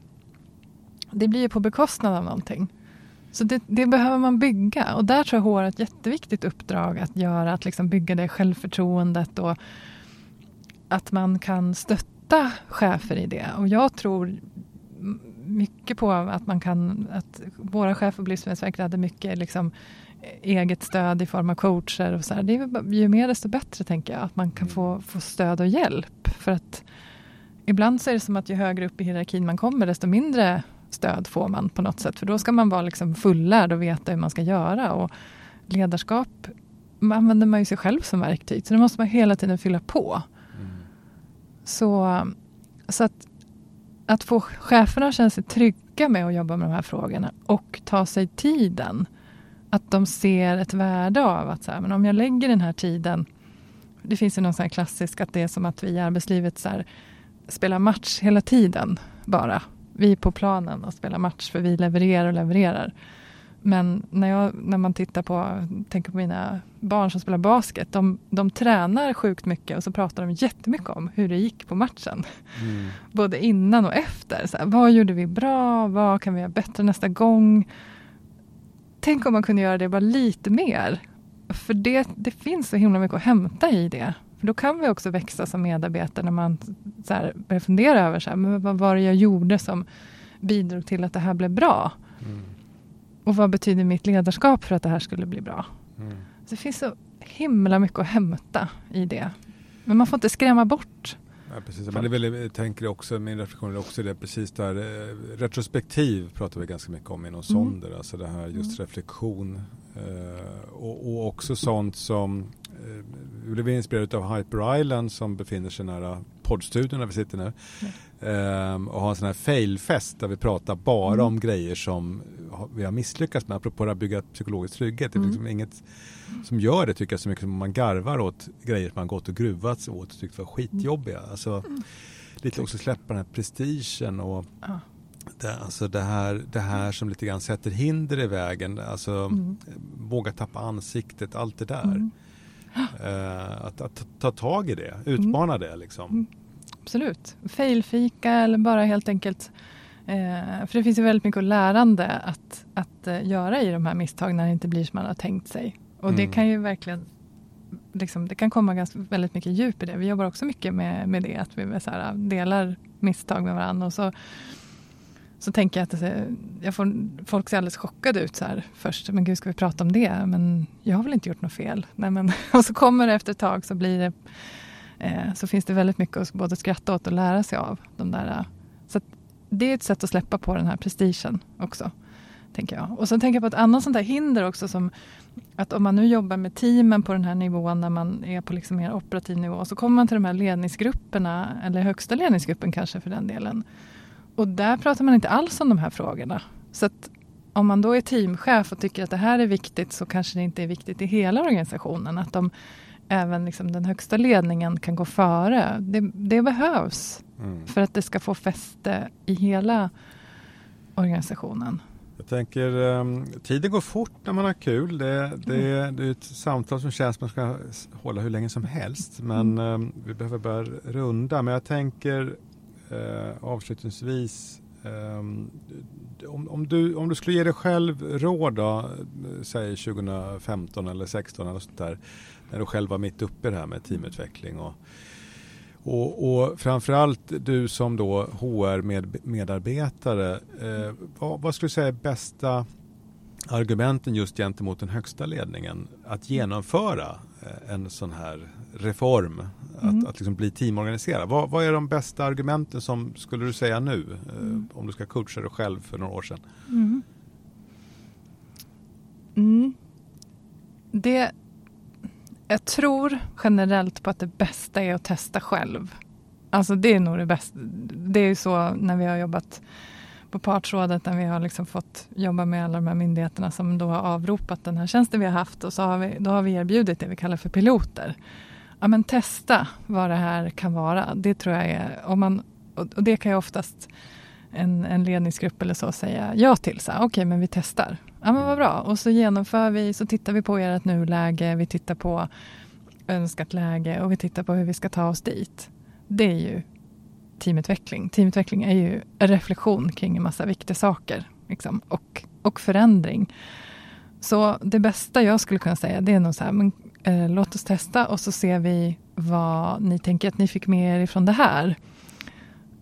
Speaker 1: det blir ju på bekostnad av någonting. Så det, det behöver man bygga. Och där tror jag H R har ett jätteviktigt uppdrag att göra. Att liksom bygga det självförtroendet och att man kan stötta chefer i det. Och jag tror mycket på att man kan, att våra chefer på Livsmedelsverket hade mycket liksom eget stöd i form av coacher och så här. Det är ju mer desto bättre, tänker jag, att man kan få, få stöd och hjälp. För att ibland så är det som att ju högre upp i hierarkin man kommer, desto mindre stöd får man på något sätt. För då ska man vara liksom fullärd och veta hur man ska göra. Och ledarskap använder man ju sig själv som verktyg. Så det måste man hela tiden fylla på. Mm. Så, så att, att få cheferna att känna sig trygga med att jobba med de här frågorna och ta sig tiden. Att de ser ett värde av att så här, men om jag lägger den här tiden, det finns ju någon sån här klassisk att det är som att vi i arbetslivet så här, spelar match hela tiden bara. Vi är på planen och spelar match för vi levererar och levererar. Men när, jag, när man tittar på, tänker på mina barn som spelar basket, de, de tränar sjukt mycket och så pratar de jättemycket om hur det gick på matchen. Mm. Både innan och efter. Så här, vad gjorde vi bra? Vad kan vi göra bättre nästa gång? Tänk om man kunde göra det bara lite mer. För det, det finns så himla mycket att hämta i det. För då kan vi också växa som medarbetare när man så här, börjar fundera över så här, men vad var det jag gjorde som bidrog till att det här blev bra? Mm. Och vad betyder mitt ledarskap för att det här skulle bli bra? Mm. Så det finns så himla mycket att hämta i det. Men man får inte skrämma bort.
Speaker 3: Ja, precis. Men det vill, jag tänker också, min reflektion är också det, precis där, retrospektiv pratar vi ganska mycket om inom Sonder, mm. alltså det här just mm. reflektion eh, och, och också sånt som eh, vi blev inspirerade av Hyper Island som befinner sig nära poddstudion där vi sitter nu mm. eh, och har en sån här failfest där vi pratar bara mm. om grejer som vi har misslyckats med, apropå att bygga psykologisk trygghet. Det är liksom mm. inget som gör det, tycker jag, så mycket som man garvar åt grejer som man gått och gruvats åt och tyckt var skitjobbiga. Alltså, mm. lite också släppa den här prestigen och ah. det, alltså det, här, det här som lite grann sätter hinder i vägen. Alltså mm. våga tappa ansiktet, allt det där. Mm. Uh, att, att ta tag i det, utmana mm. det liksom. Mm.
Speaker 1: Absolut. Failfika eller bara helt enkelt Eh, för det finns ju väldigt mycket lärande att, att uh, göra i de här misstagen när det inte blir som man har tänkt sig. Och mm. det kan ju verkligen, liksom, det kan komma ganska, väldigt mycket djup i det. Vi jobbar också mycket med, med det, att vi så här, delar misstag med varandra. Och så, så tänker jag att jag får, folk ser alldeles chockade ut så här först. Men gud, ska vi prata om det? Men jag har väl inte gjort något fel. Nej, men, och så kommer det efter ett tag så blir det, eh, så finns det väldigt mycket att både skratta åt och lära sig av. De där, så att, det är ett sätt att släppa på den här prestigen också, tänker jag. Och sen tänker jag på ett annat sånt där hinder också, som att om man nu jobbar med teamen på den här nivån, när man är på liksom mer operativ nivå, så kommer man till de här ledningsgrupperna, eller högsta ledningsgruppen kanske för den delen. Och där pratar man inte alls om de här frågorna. Så att om man då är teamchef och tycker att det här är viktigt, så kanske det inte är viktigt i hela organisationen. Att de, även liksom den högsta ledningen kan gå före. Det, det behövs mm. för att det ska få fäste i hela organisationen.
Speaker 3: Jag tänker, um, tiden går fort när man har kul. Det, det, mm. det är ett samtal som känns som man ska hålla hur länge som helst. Men mm. um, vi behöver börja runda. Men jag tänker uh, avslutningsvis, um, om, om, du, om du skulle ge dig själv råd då, säg tjugo femton eller sexton eller sånt där, när du själv var mitt uppe i det här med teamutveckling och, och, och framförallt du som då H R-medarbetare, eh, vad, vad skulle du säga är bästa argumenten just gentemot den högsta ledningen att genomföra eh, en sån här reform, mm. att, att liksom bli teamorganiserad? Vad, vad är de bästa argumenten som skulle du säga nu, eh, mm. om du ska coacha dig själv för några år sedan?
Speaker 1: Mm. Mm. Det Jag tror generellt på att det bästa är att testa själv. Alltså det är nog det bästa. Det är ju så när vi har jobbat på partsrådet, när vi har liksom fått jobba med alla de här myndigheterna som då har avropat den här tjänsten vi har haft, och så har vi, då har vi erbjudit det vi kallar för piloter. Ja, men testa vad det här kan vara. Det tror jag är, om man, och det kan ju oftast en, en ledningsgrupp eller så säga ja till. Så okej, okay, men vi testar. Ja, men vad bra. Och så genomför vi, så tittar vi på ert nuläge, vi tittar på önskat läge och vi tittar på hur vi ska ta oss dit. Det är ju teamutveckling. Teamutveckling är ju en reflektion kring en massa viktiga saker liksom, och, och förändring. Så det bästa jag skulle kunna säga, det är nog så här, men, eh, låt oss testa och så ser vi vad ni tänker att ni fick med er ifrån det här.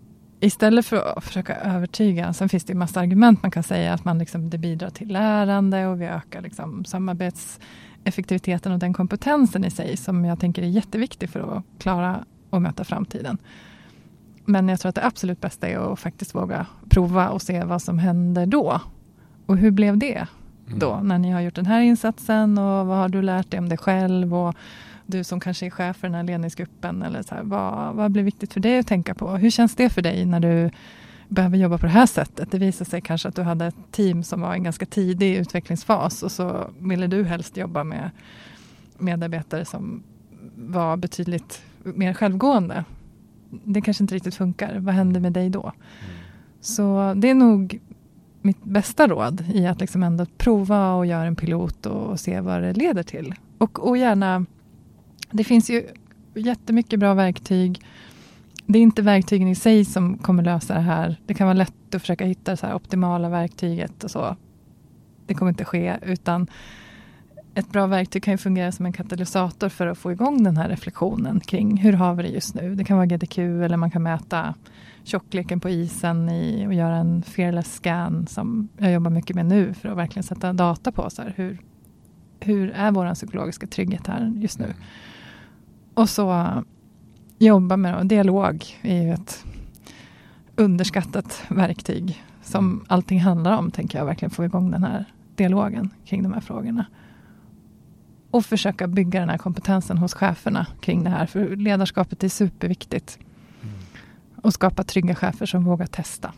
Speaker 1: istället för att försöka övertyga, sen finns det ju massa argument man kan säga att man liksom, det bidrar till lärande och vi ökar liksom samarbetseffektiviteten och den kompetensen i sig som jag tänker är jätteviktig för att klara och möta framtiden. Men jag tror att det absolut bästa är att faktiskt våga prova och se vad som händer då. Och hur blev det då mm. när ni har gjort den här insatsen och vad har du lärt dig om dig själv och du som kanske är chef för den här ledningsgruppen eller så här, vad, vad blir viktigt för dig att tänka på? Hur känns det för dig när du behöver jobba på det här sättet? Det visar sig kanske att du hade ett team som var i en ganska tidig utvecklingsfas och så ville du helst jobba med medarbetare som var betydligt mer självgående. Det kanske inte riktigt funkar. Vad händer med dig då? Mm. Så det är nog mitt bästa råd i att liksom ändå prova och göra en pilot och, och se vad det leder till. Och, och gärna, det finns ju jättemycket bra verktyg. Det är inte verktygen i sig som kommer lösa det här. Det kan vara lätt att försöka hitta så här optimala verktyget och så. Det kommer inte ske, utan ett bra verktyg kan ju fungera som en katalysator för att få igång den här reflektionen kring hur har vi det just nu. Det kan vara G D Q eller man kan mäta tjockleken på isen i, och göra en fearless scan som jag jobbar mycket med nu för att verkligen sätta data på så här, hur, hur är vår psykologiska trygghet här just nu. Och så jobba med och dialog är ju ett underskattat verktyg som allting handlar om, tänker jag, verkligen få igång den här dialogen kring de här frågorna. Och försöka bygga den här kompetensen hos cheferna kring det här. För ledarskapet är superviktigt. Mm. Och skapa trygga chefer som vågar testa.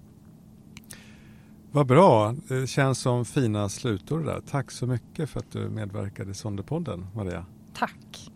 Speaker 3: Vad bra. Det känns som fina slutord där. Tack så mycket för att du medverkade i Sonderpodden, Maria.
Speaker 1: Tack.